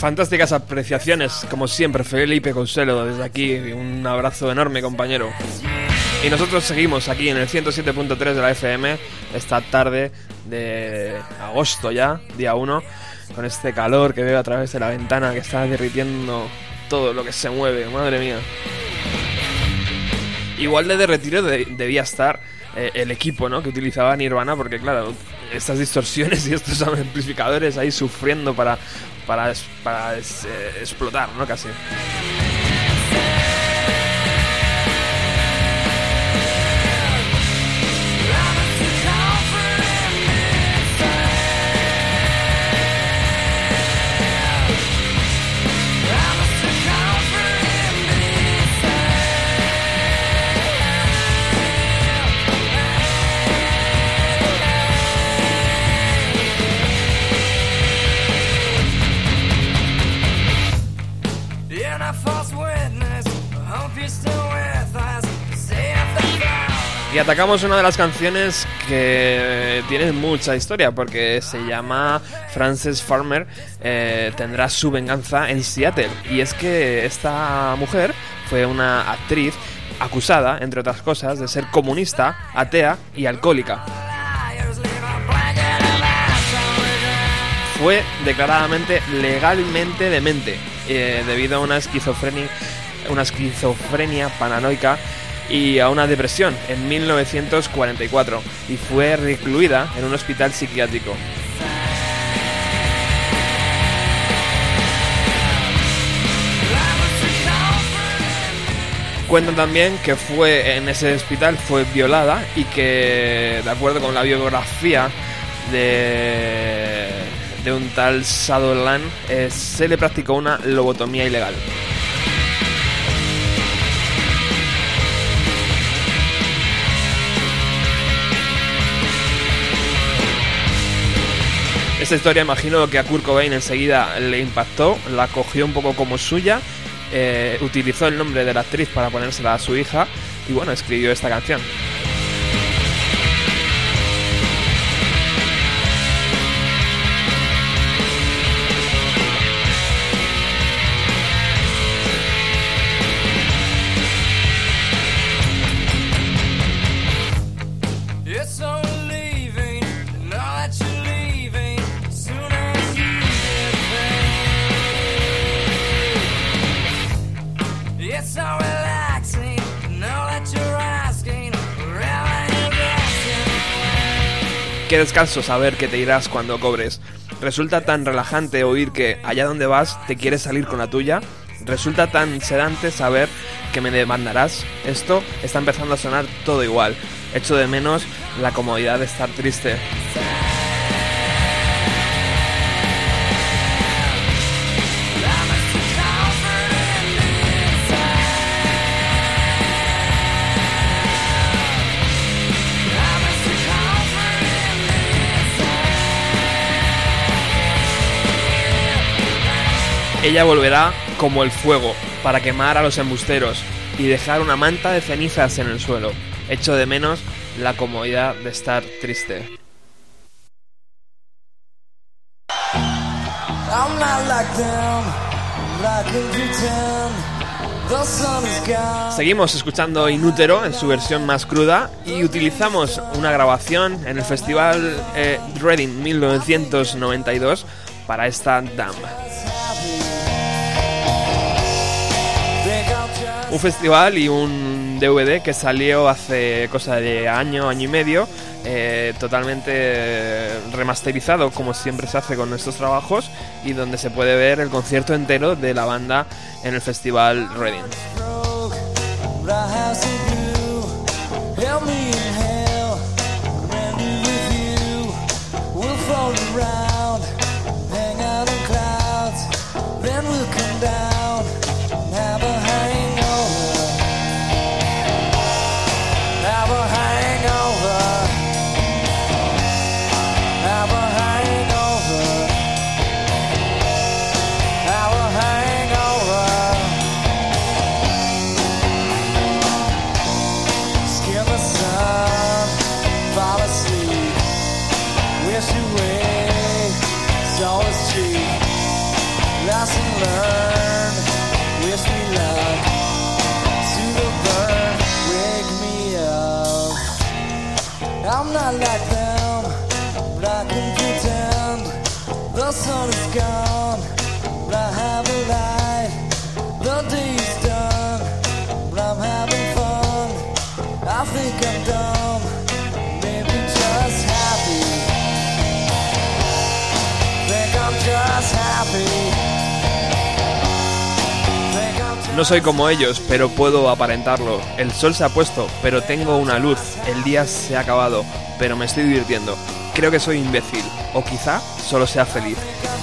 Fantásticas apreciaciones, como siempre, Felipe Couselo, desde aquí, un abrazo enorme, compañero. Y nosotros seguimos aquí en el 107.3 de la FM, esta tarde de agosto ya, día 1, con este calor que veo a través de la ventana que está derritiendo todo lo que se mueve, madre mía. Igual de derretido debía estar el equipo, ¿no?, que utilizaba Nirvana, porque claro, estas distorsiones y estos amplificadores ahí sufriendo para explotar, ¿no?, casi. Y atacamos una de las canciones que tiene mucha historia, porque se llama Frances Farmer tendrá su venganza en Seattle. Y es que esta mujer fue una actriz acusada, entre otras cosas, de ser comunista, atea y alcohólica. Fue declaradamente legalmente demente debido a una esquizofrenia paranoica y a una depresión en 1944, y fue recluida en un hospital psiquiátrico. Cuentan también que en ese hospital fue violada y que, de acuerdo con la biografía de un tal Sutherland, se le practicó una lobotomía ilegal. Esta historia, imagino que a Kurt Cobain enseguida le impactó, la cogió un poco como suya, utilizó el nombre de la actriz para ponérsela a su hija y bueno, escribió esta canción. Qué descanso saber que te irás cuando cobres. Resulta tan relajante oír que allá donde vas te quieres salir con la tuya. Resulta tan sedante saber que me demandarás. Esto está empezando a sonar todo igual. Echo de menos la comodidad de estar triste. Ella volverá como el fuego para quemar a los embusteros y dejar una manta de cenizas en el suelo. Echo de menos la comodidad de estar triste. Seguimos escuchando Inútero en su versión más cruda y utilizamos una grabación en el festival Reading 1992 para esta Damn. Un festival y un DVD que salió hace cosa de año y medio, totalmente remasterizado como siempre se hace con estos trabajos, y donde se puede ver el concierto entero de la banda en el festival Reading. Give us some I'm not like them, but I can pretend. The sun is gone, but I have a light. The day's done, but I'm having fun. I think I'm dumb, maybe just happy. Think I'm just happy. No soy como ellos, pero puedo aparentarlo. El sol se ha puesto, pero tengo una luz. El día se ha acabado, pero me estoy divirtiendo. Creo que soy imbécil, o quizá solo sea feliz.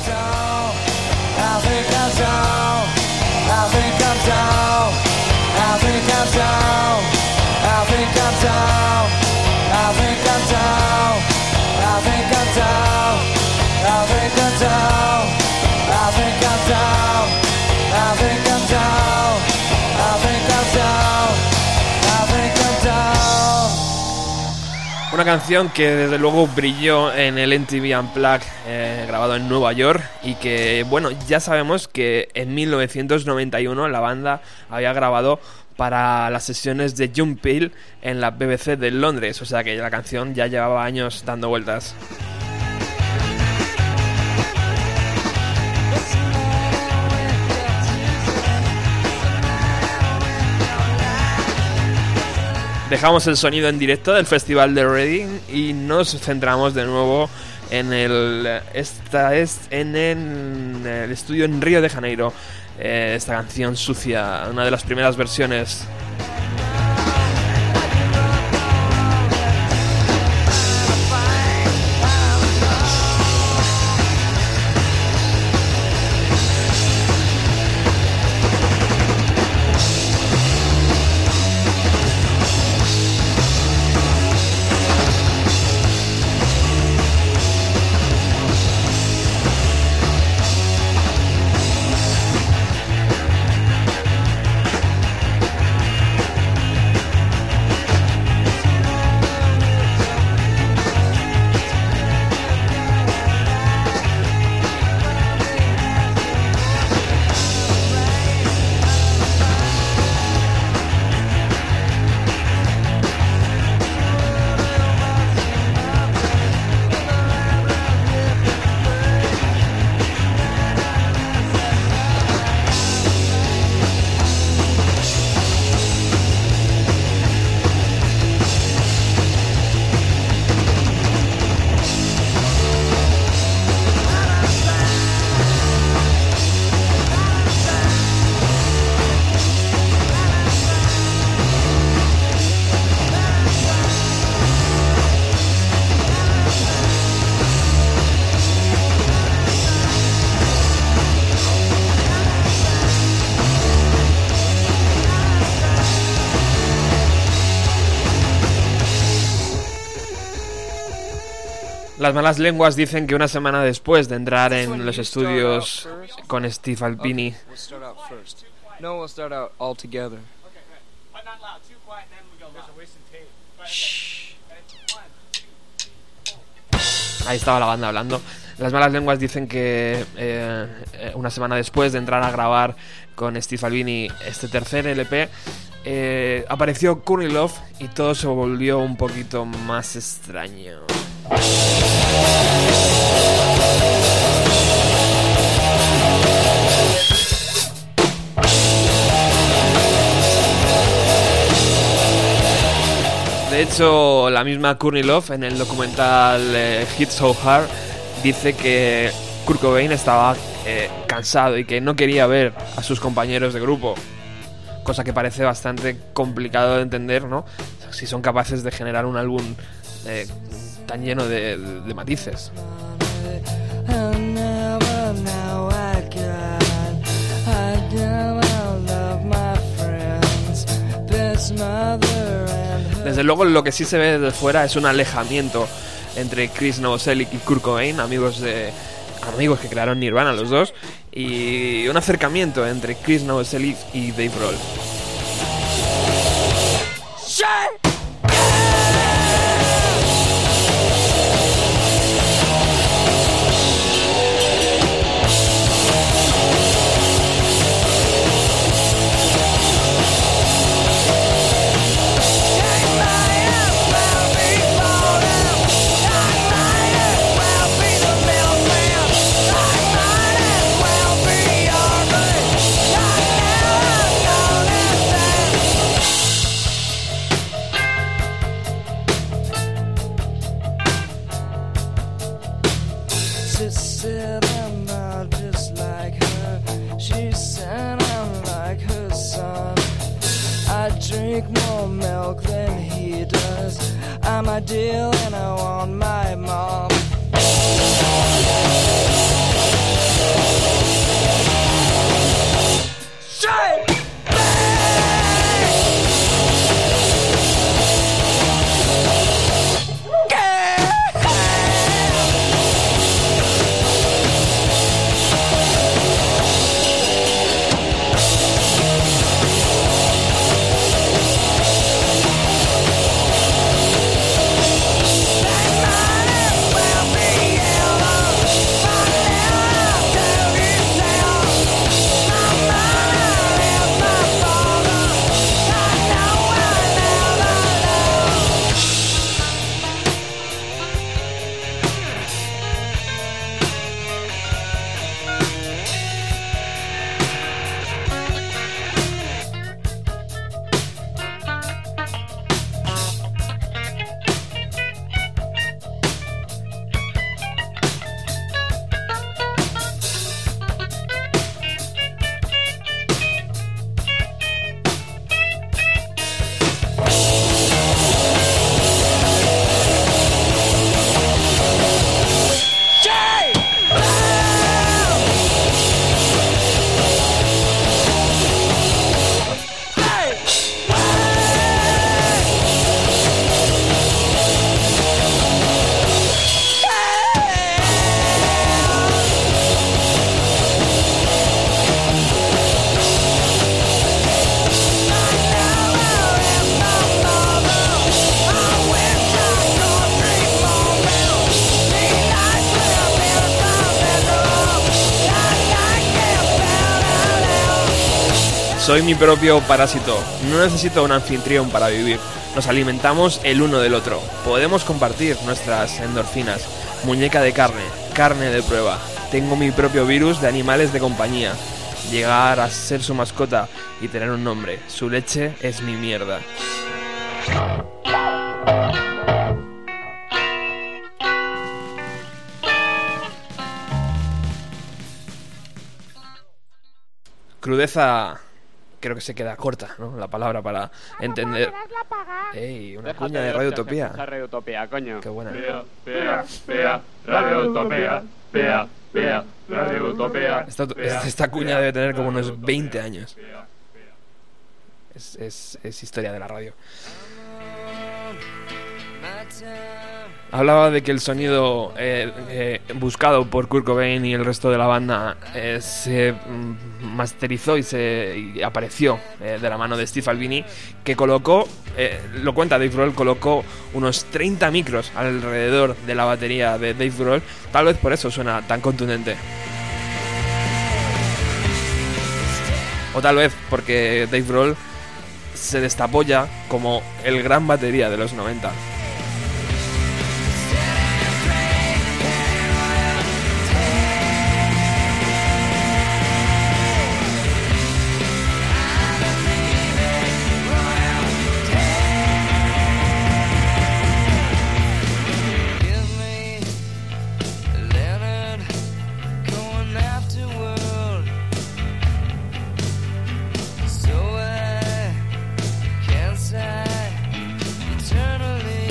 Una canción que desde luego brilló en el MTV Unplugged grabado en Nueva York y que, bueno, ya sabemos que en 1991 la banda había grabado para las sesiones de Jump Hill en la BBC de Londres, o sea que la canción ya llevaba años dando vueltas. Dejamos el sonido en directo del Festival de Reading y nos centramos de nuevo en el estudio en Río de Janeiro. Esta canción Sucia, una de las primeras versiones. Las malas lenguas dicen que una semana después de entrar en los estudios con Steve Albini, ahí estaba la banda hablando. Las malas lenguas dicen que una semana después de entrar a grabar con Steve Albini este tercer LP, apareció Courtney Love y todo se volvió un poquito más extraño. De hecho, la misma Courtney Love en el documental Hit So Hard dice que Kurt Cobain estaba cansado y que no quería ver a sus compañeros de grupo, cosa que parece bastante complicado de entender, ¿no? Si son capaces de generar un álbum tan lleno de matices. Desde luego lo que sí se ve desde fuera es un alejamiento entre Chris Novoselic y Kurt Cobain, amigos que crearon Nirvana los dos, y un acercamiento entre Chris Novoselic y Dave Grohl. drink more milk than he does. I'm ideal and I want my mom. Shame! Soy mi propio parásito, no necesito un anfitrión para vivir. Nos alimentamos el uno del otro. Podemos compartir nuestras endorfinas. Muñeca de carne, carne de prueba. Tengo mi propio virus de animales de compañía. Llegar a ser su mascota y tener un nombre. Su leche es mi mierda. Crudeza... Creo que se queda corta, ¿no? La palabra para entender. ¡Ey! Una cuña de Radio Utopía. Radio Utopía, coño. Qué buena. Pea, Radio Utopía. Pea, Radio Utopía. Esta cuña debe tener como unos 20 años. Es historia de la radio. Hablaba de que el sonido buscado por Kurt Cobain y el resto de la banda se masterizó y apareció de la mano de Steve Albini, que colocó, lo cuenta Dave Grohl, colocó unos 30 micros alrededor de la batería de Dave Grohl. Tal vez por eso suena tan contundente. O tal vez porque Dave Grohl se destapó ya como el gran batería de los 90. Eternally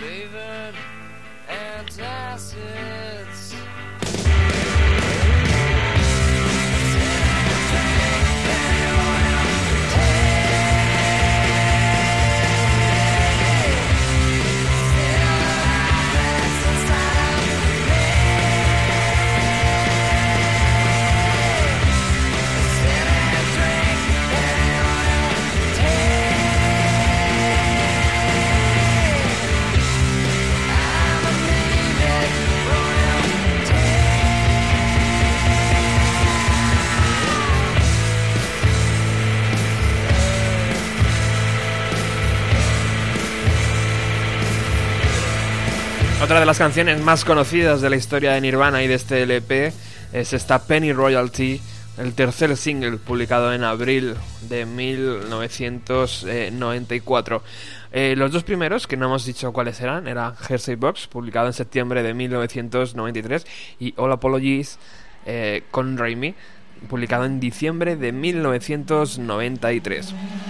David antacids. Otra de las canciones más conocidas de la historia de Nirvana y de este LP es esta Penny Royalty, el tercer single publicado en abril de 1994. Los dos primeros, que no hemos dicho cuáles eran Hearsay Box, publicado en septiembre de 1993, y All Apologies con Raimi, publicado en diciembre de 1993.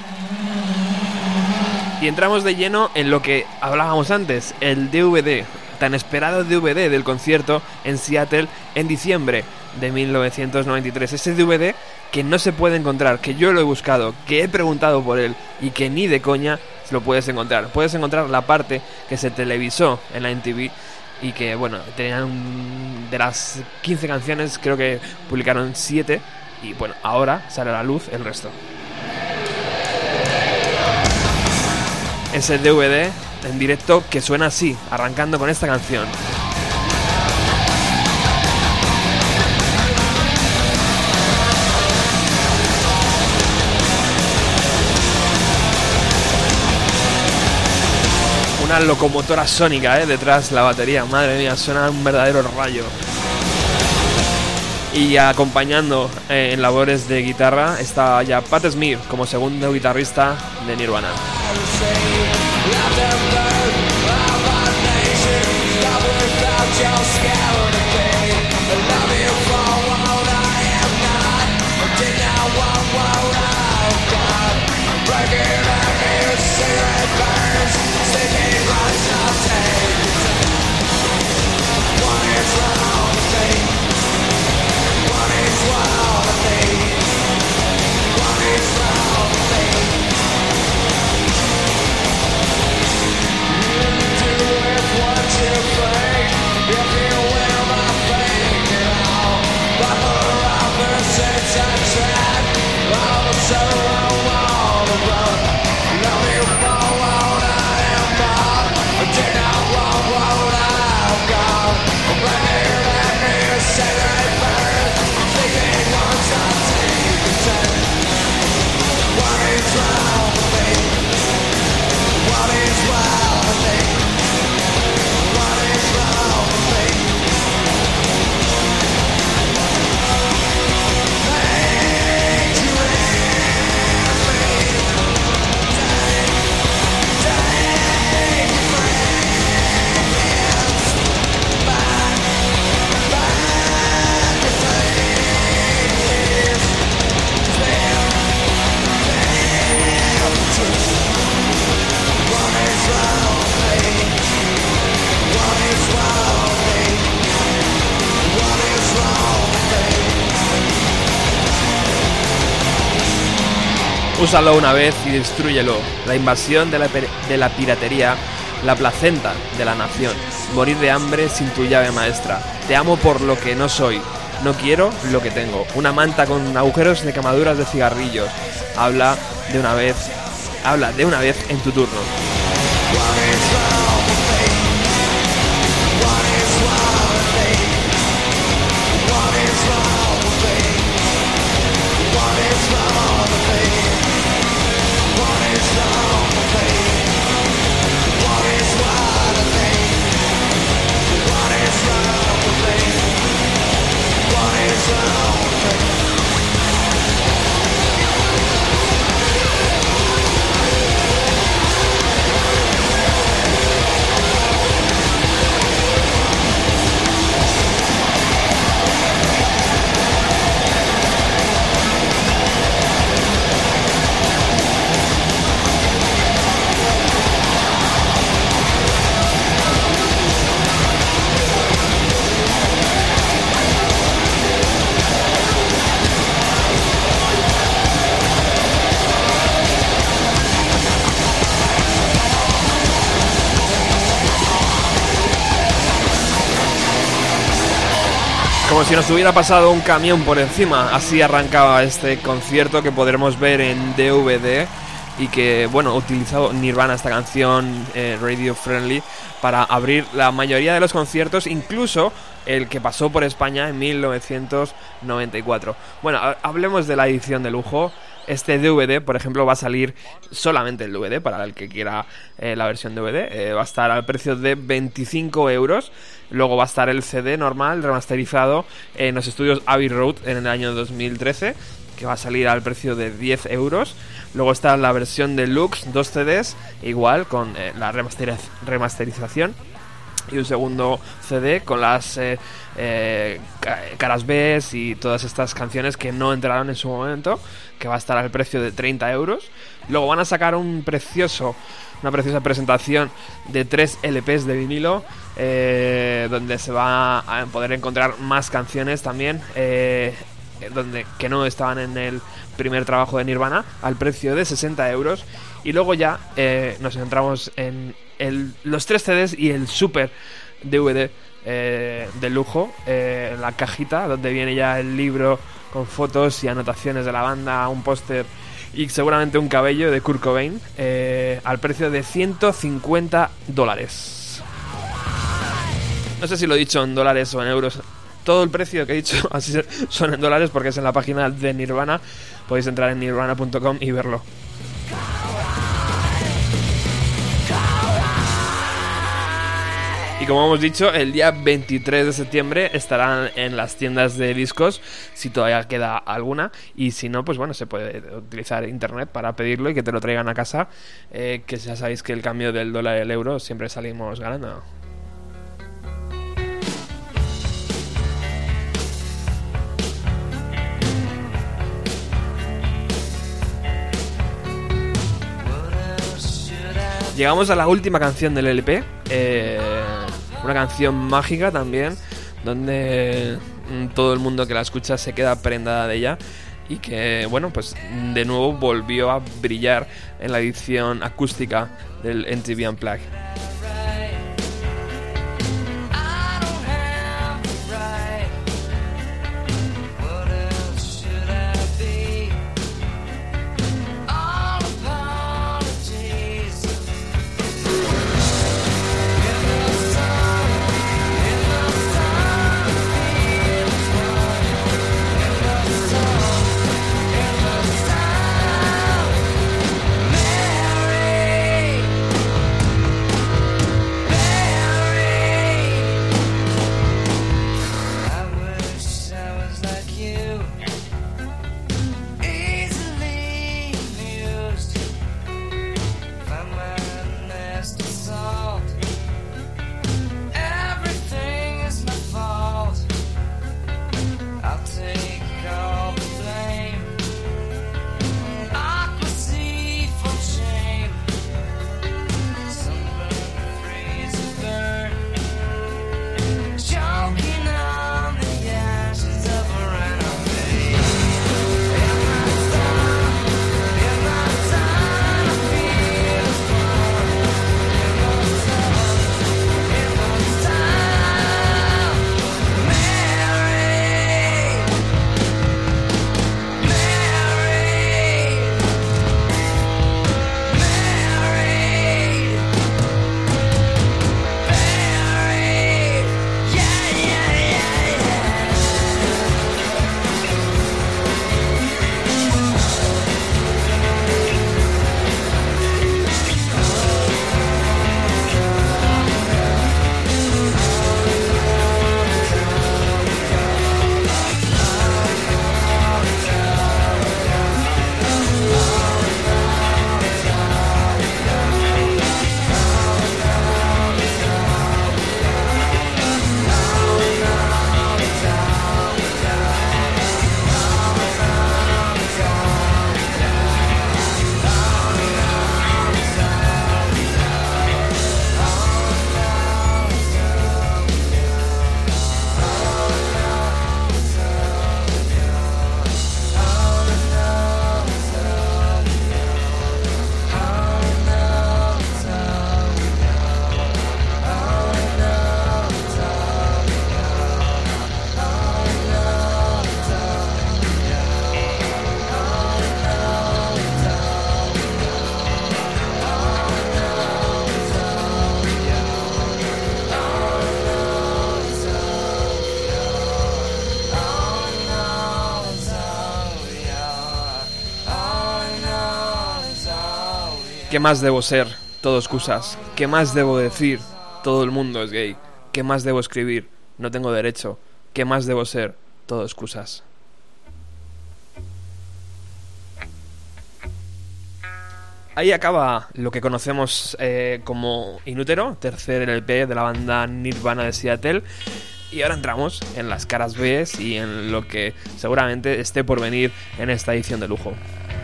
Y entramos de lleno en lo que hablábamos antes, el DVD, tan esperado DVD del concierto en Seattle en diciembre de 1993. Ese DVD que no se puede encontrar, que yo lo he buscado, que he preguntado por él y que ni de coña lo puedes encontrar. Puedes encontrar la parte que se televisó en la MTV y que, bueno, tenían de las 15 canciones, creo que publicaron 7 y, bueno, ahora sale a la luz el resto. Ese DVD en directo que suena así, arrancando con esta canción. Una locomotora sónica, detrás la batería, madre mía, suena un verdadero rayo. Y acompañando en labores de guitarra está ya Pat Smear como segundo guitarrista de Nirvana. Úsalo una vez y destrúyelo. La invasión de la piratería, la placenta de la nación. Morir de hambre sin tu llave maestra. Te amo por lo que no soy. No quiero lo que tengo. Una manta con agujeros de quemaduras de cigarrillos. Habla de una vez en tu turno. Como si nos hubiera pasado un camión por encima. Así arrancaba este concierto que podremos ver en DVD. Y que, bueno, ha utilizado Nirvana esta canción Radio Friendly para abrir la mayoría de los conciertos, incluso el que pasó por España en 1994. Bueno, hablemos de la edición de lujo. Este DVD, por ejemplo, va a salir solamente el DVD, para el que quiera la versión DVD. Va a estar al precio de 25 euros. Luego va a estar el CD normal, remasterizado, en los estudios Abbey Road en el año 2013, que va a salir al precio de 10 euros. Luego está la versión deluxe, 2 CDs, igual, con la remasterización. Y un segundo CD con las caras B y todas estas canciones que no entraron en su momento, que va a estar al precio de 30 euros. Luego van a sacar una preciosa presentación de 3 LPs de vinilo, donde se va a poder encontrar más canciones también, que no estaban en el primer trabajo de Nirvana, al precio de 60 euros. Y luego ya nos centramos en los 3 CDs y el super DVD de lujo, la cajita donde viene ya el libro con fotos y anotaciones de la banda, un póster y seguramente un cabello de Kurt Cobain, al precio de $150. No sé si lo he dicho en dólares o en euros. Todo el precio que he dicho así son en dólares, porque es en la página de Nirvana. Podéis entrar en nirvana.com y verlo. Y como hemos dicho, el día 23 de septiembre estarán en las tiendas de discos, si todavía queda alguna. Y si no, pues bueno, se puede utilizar internet para pedirlo y que te lo traigan a casa, que ya sabéis que el cambio del dólar al euro siempre salimos ganando. Llegamos a la última canción del LP, una canción mágica también, donde todo el mundo que la escucha se queda prendada de ella, y que, bueno, pues de nuevo volvió a brillar en la edición acústica del MTV Unplugged. ¿Qué más debo ser? Todo excusas. ¿Qué más debo decir? Todo el mundo es gay. ¿Qué más debo escribir? No tengo derecho. ¿Qué más debo ser? Todo excusas. Ahí acaba lo que conocemos como Inútero, tercer LP de la banda Nirvana de Seattle. Y ahora entramos en las caras B y en lo que seguramente esté por venir en esta edición de lujo.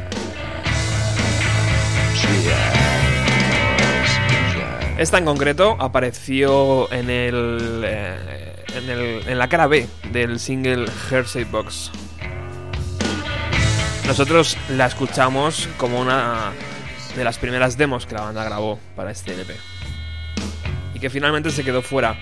Esta en concreto apareció en la cara B del single Hearsay Box. Nosotros la escuchamos como una de las primeras demos que la banda grabó para este LP y que finalmente se quedó fuera.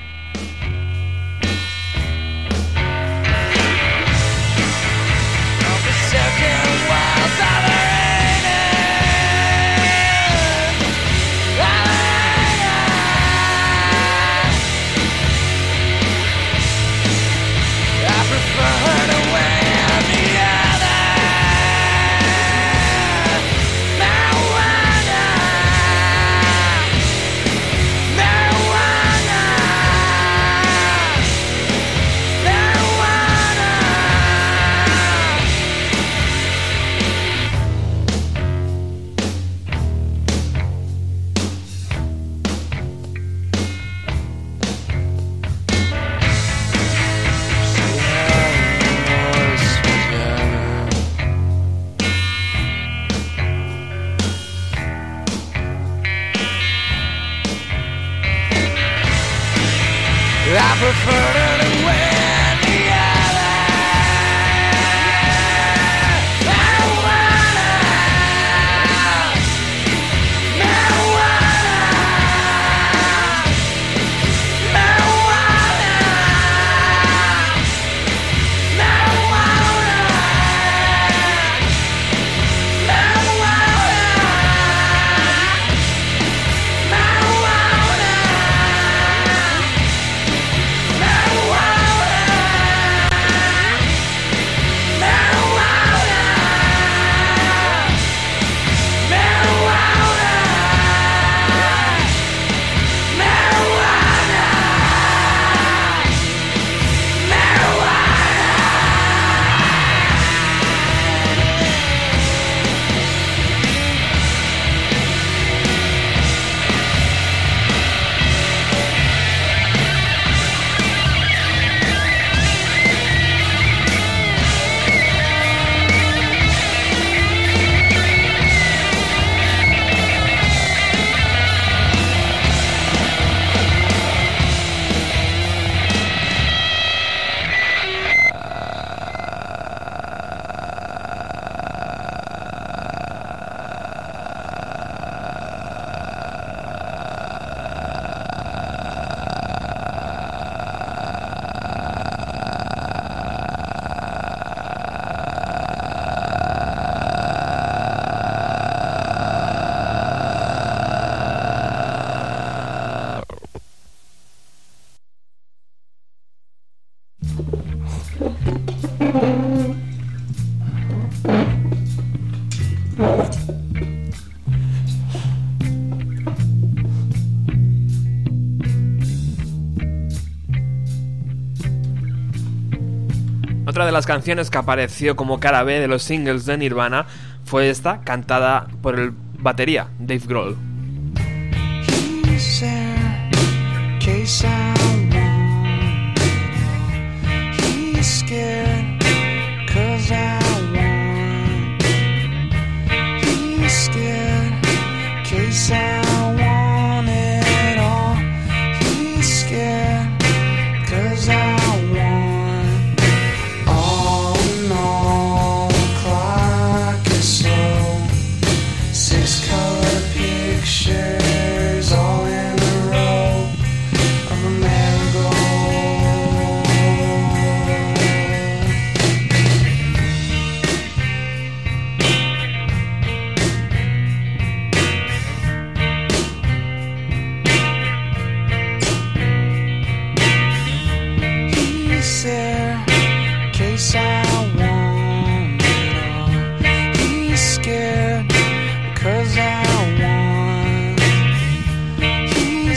Otra de las canciones que apareció como cara B de los singles de Nirvana fue esta, cantada por el batería Dave Grohl.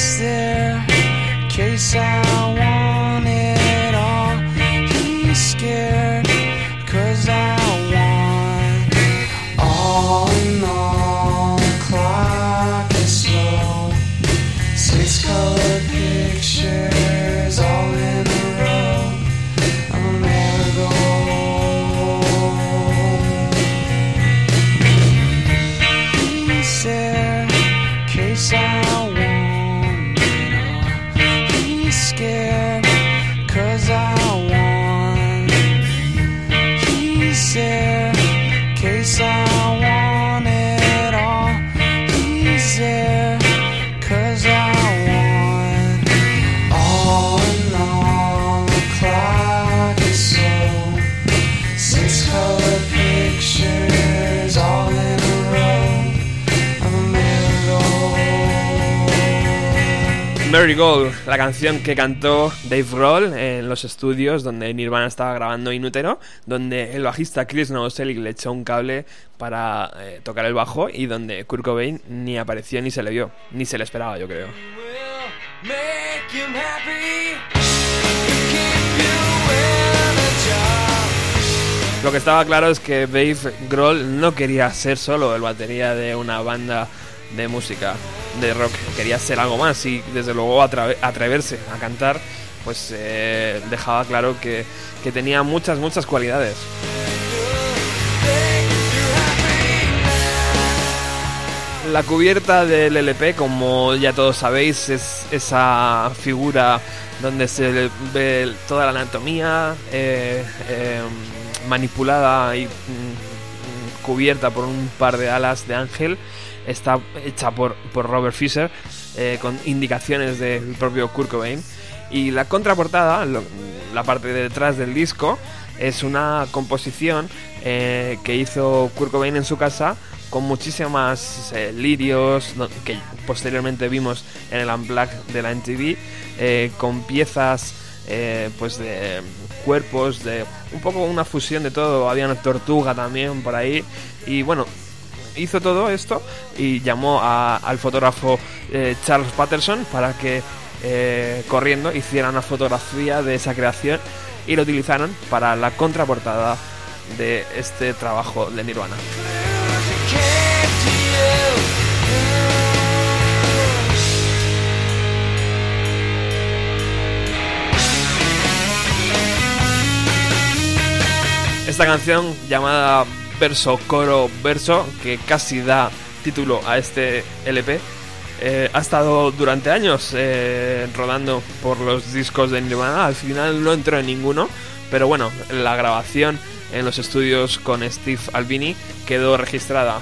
He's there in case I want it all. He's scared 'cause I want all in all. The clock is slow. 6-color pictures all in a row. I'm a marigold. He's there in case I want it all. He's scared 'cause I want. He's there in case I want it all. He's there 'cause I want all in all. The clock is slow. 6-color pictures all in a row. I'm a marigold. Marigold, la canción que cantó Dave Grohl en los estudios donde Nirvana estaba grabando In Utero, donde el bajista Chris Novoselic le echó un cable para tocar el bajo y donde Kurt Cobain ni apareció ni se le vio, ni se le esperaba, yo creo. Will make him happy. Keep you in a job. Lo que estaba claro es que Dave Grohl no quería ser solo el batería de una banda de música, de rock, quería ser algo más y desde luego atreverse a cantar, pues dejaba claro que tenía muchas cualidades. La cubierta del LP, como ya todos sabéis, es esa figura donde se ve toda la anatomía manipulada y cubierta por un par de alas de ángel. Está hecha por Robert Fisher con indicaciones del propio Kurt Cobain. Y la contraportada, la parte de detrás del disco, es una composición que hizo Kurt Cobain en su casa con muchísimas lirios que posteriormente vimos en el Unplugged de la MTV, con piezas pues de cuerpos, de un poco una fusión de todo. Había una tortuga también por ahí y bueno, hizo todo esto y llamó al fotógrafo Charles Patterson para que corriendo hiciera una fotografía de esa creación y lo utilizaron para la contraportada de este trabajo de Nirvana. Esta canción llamada Verso, Coro, Verso, que casi da título a este LP, ha estado durante años rodando por los discos de Nirvana. Al final no entró en ninguno, pero bueno, la grabación en los estudios con Steve Albini quedó registrada.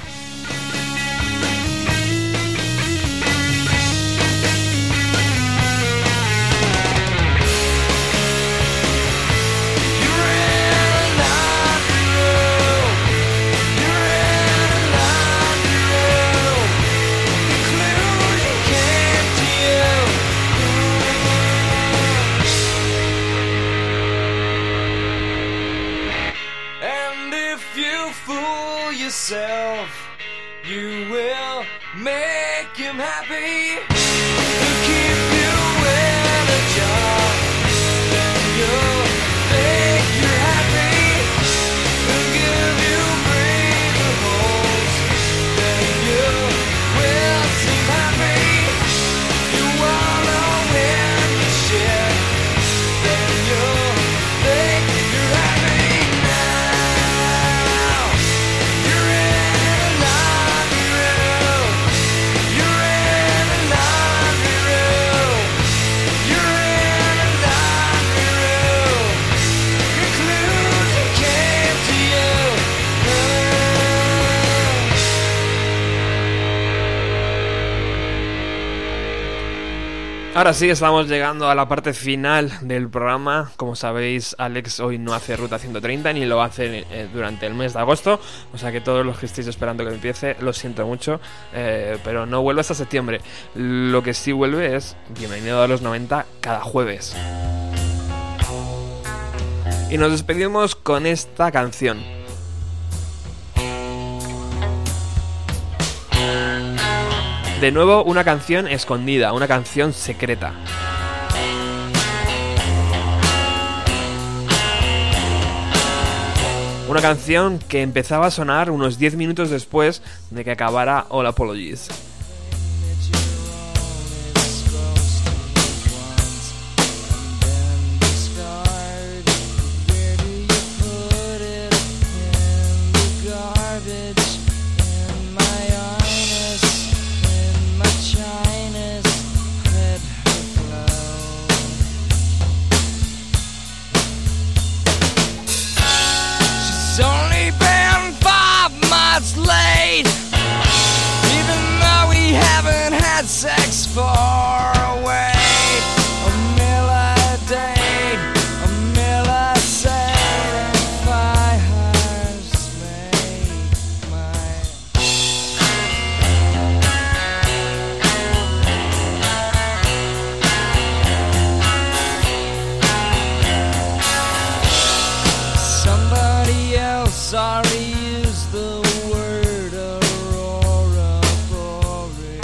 You will make him happy. Keep you in a job. You'll think you're happy. Give you breathing holes. Then you will seem happy. You wanna win the shit. Then you'll think you're happy now. You're in a laundry room. You're in a laundry room. You're in a laundry room. Conclusion came to you. Ahora sí, estamos llegando a la parte final del programa. Como sabéis, Alex hoy no hace Ruta 130 ni lo hace durante el mes de agosto, o sea que todos los que estéis esperando que empiece, lo siento mucho, pero no vuelve hasta septiembre. Lo que sí vuelve es Bienvenido a los 90 cada jueves. Y nos despedimos con esta canción. De nuevo, una canción escondida, una canción secreta. Una canción que empezaba a sonar unos 10 minutos después de que acabara All Apologies. Sex far away, a Miller date, a Miller said, and fires make my somebody else sorry used the word Aurora Borealis.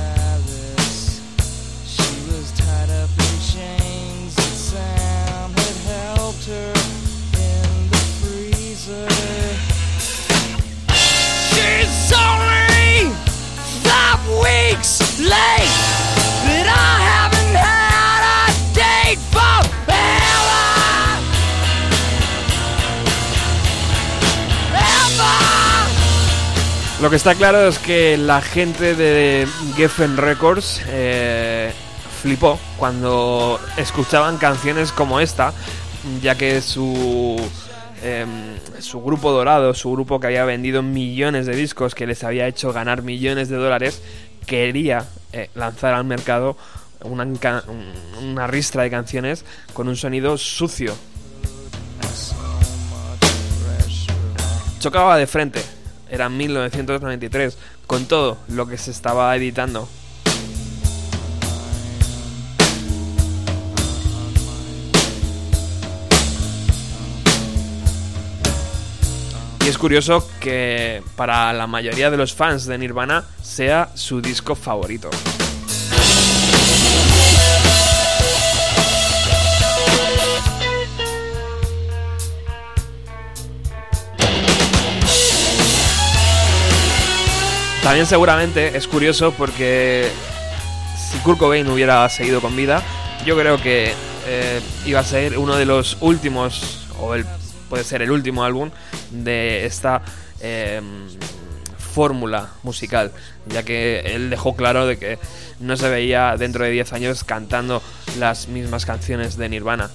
Late, but I haven't had a date forever. Lo que está claro es que la gente de Geffen Records flipó cuando escuchaban canciones como esta, ya que su grupo dorado, su grupo que había vendido millones de discos, que les había hecho ganar millones de dólares, quería lanzar al mercado una ristra de canciones con un sonido sucio. Chocaba de frente, era 1993, con todo lo que se estaba editando. Y es curioso que para la mayoría de los fans de Nirvana sea su disco favorito. También seguramente es curioso porque si Kurt Cobain hubiera seguido con vida, yo creo que iba a ser uno de los últimos, puede ser el último álbum de esta fórmula musical, ya que él dejó claro de que no se veía dentro de 10 años cantando las mismas canciones de Nirvana.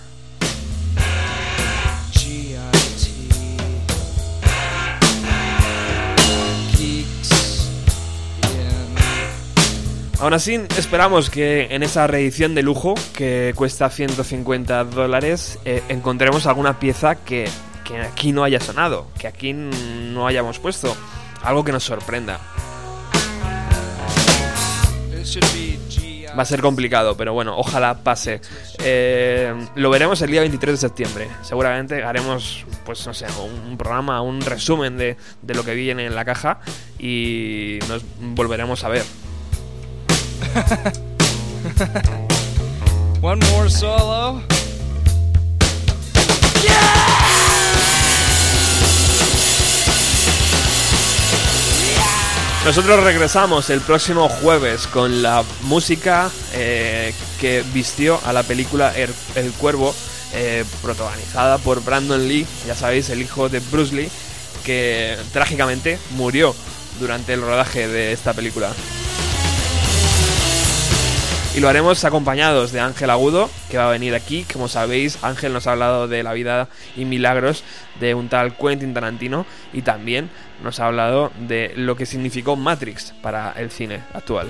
Aún así, esperamos que en esa reedición de lujo, que cuesta $150, encontremos alguna pieza que aquí no haya sonado, que aquí no hayamos puesto, algo que nos sorprenda. Va a ser complicado, pero bueno, ojalá pase. Lo veremos el día 23 de septiembre. Seguramente haremos, pues no sé, un programa, un resumen de lo que viene en la caja y nos volveremos a ver. One more solo. Nosotros regresamos el próximo jueves con la música que vistió a la película El Cuervo, protagonizada por Brandon Lee, ya sabéis, el hijo de Bruce Lee, que trágicamente murió durante el rodaje de esta película. Y lo haremos acompañados de Ángel Agudo, que va a venir aquí. Como sabéis, Ángel nos ha hablado de la vida y milagros de un tal Quentin Tarantino y también nos ha hablado de lo que significó Matrix para el cine actual.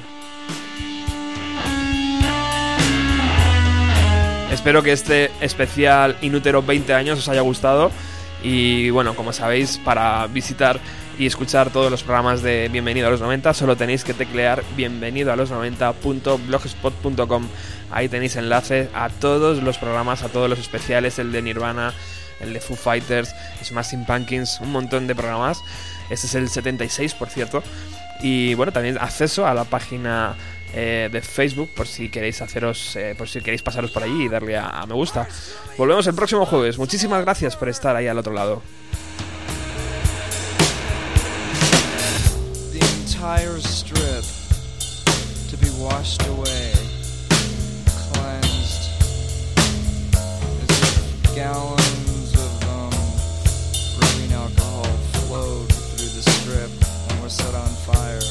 Espero que este especial Inútero 20 años os haya gustado. Y bueno, como sabéis, para visitar y escuchar todos los programas de Bienvenido a los 90 solo tenéis que teclear bienvenidoalos90.blogspot.com. Ahí tenéis enlace a todos los programas, a todos los especiales, el de Nirvana, el de Foo Fighters, Smashing Pumpkins, un montón de programas. Este es el 76, por cierto. y bueno, también acceso a la página de Facebook por si queréis pasaros por allí y darle a me gusta. Volvemos el próximo jueves. Muchísimas gracias por estar ahí al otro lado. The entire strip to be washed away, cleansed, as if gallons of rubbing alcohol flowed through the strip and were set on fire.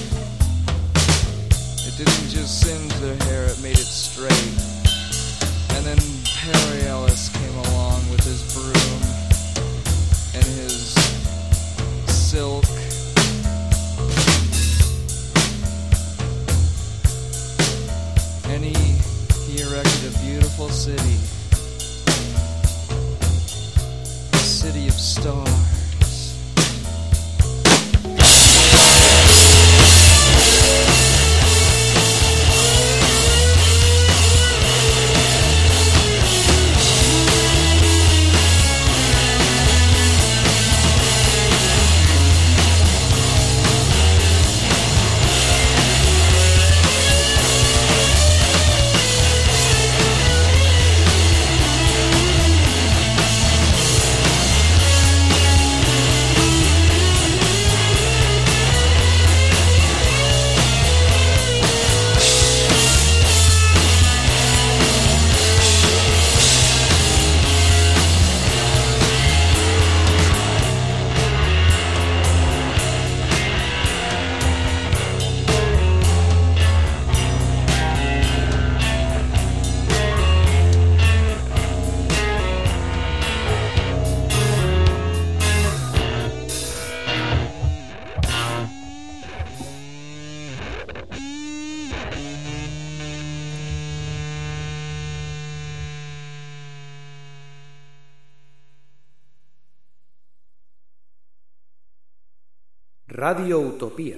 It didn't just singe their hair, it made it straight. And then Perry Ellis came along with his broom and his silk. And he erected a beautiful city. A city of stars. Radio Utopía.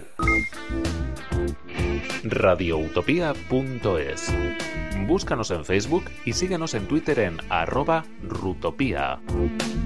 radioutopía.es. Búscanos en Facebook y síguenos en Twitter en @rutopía.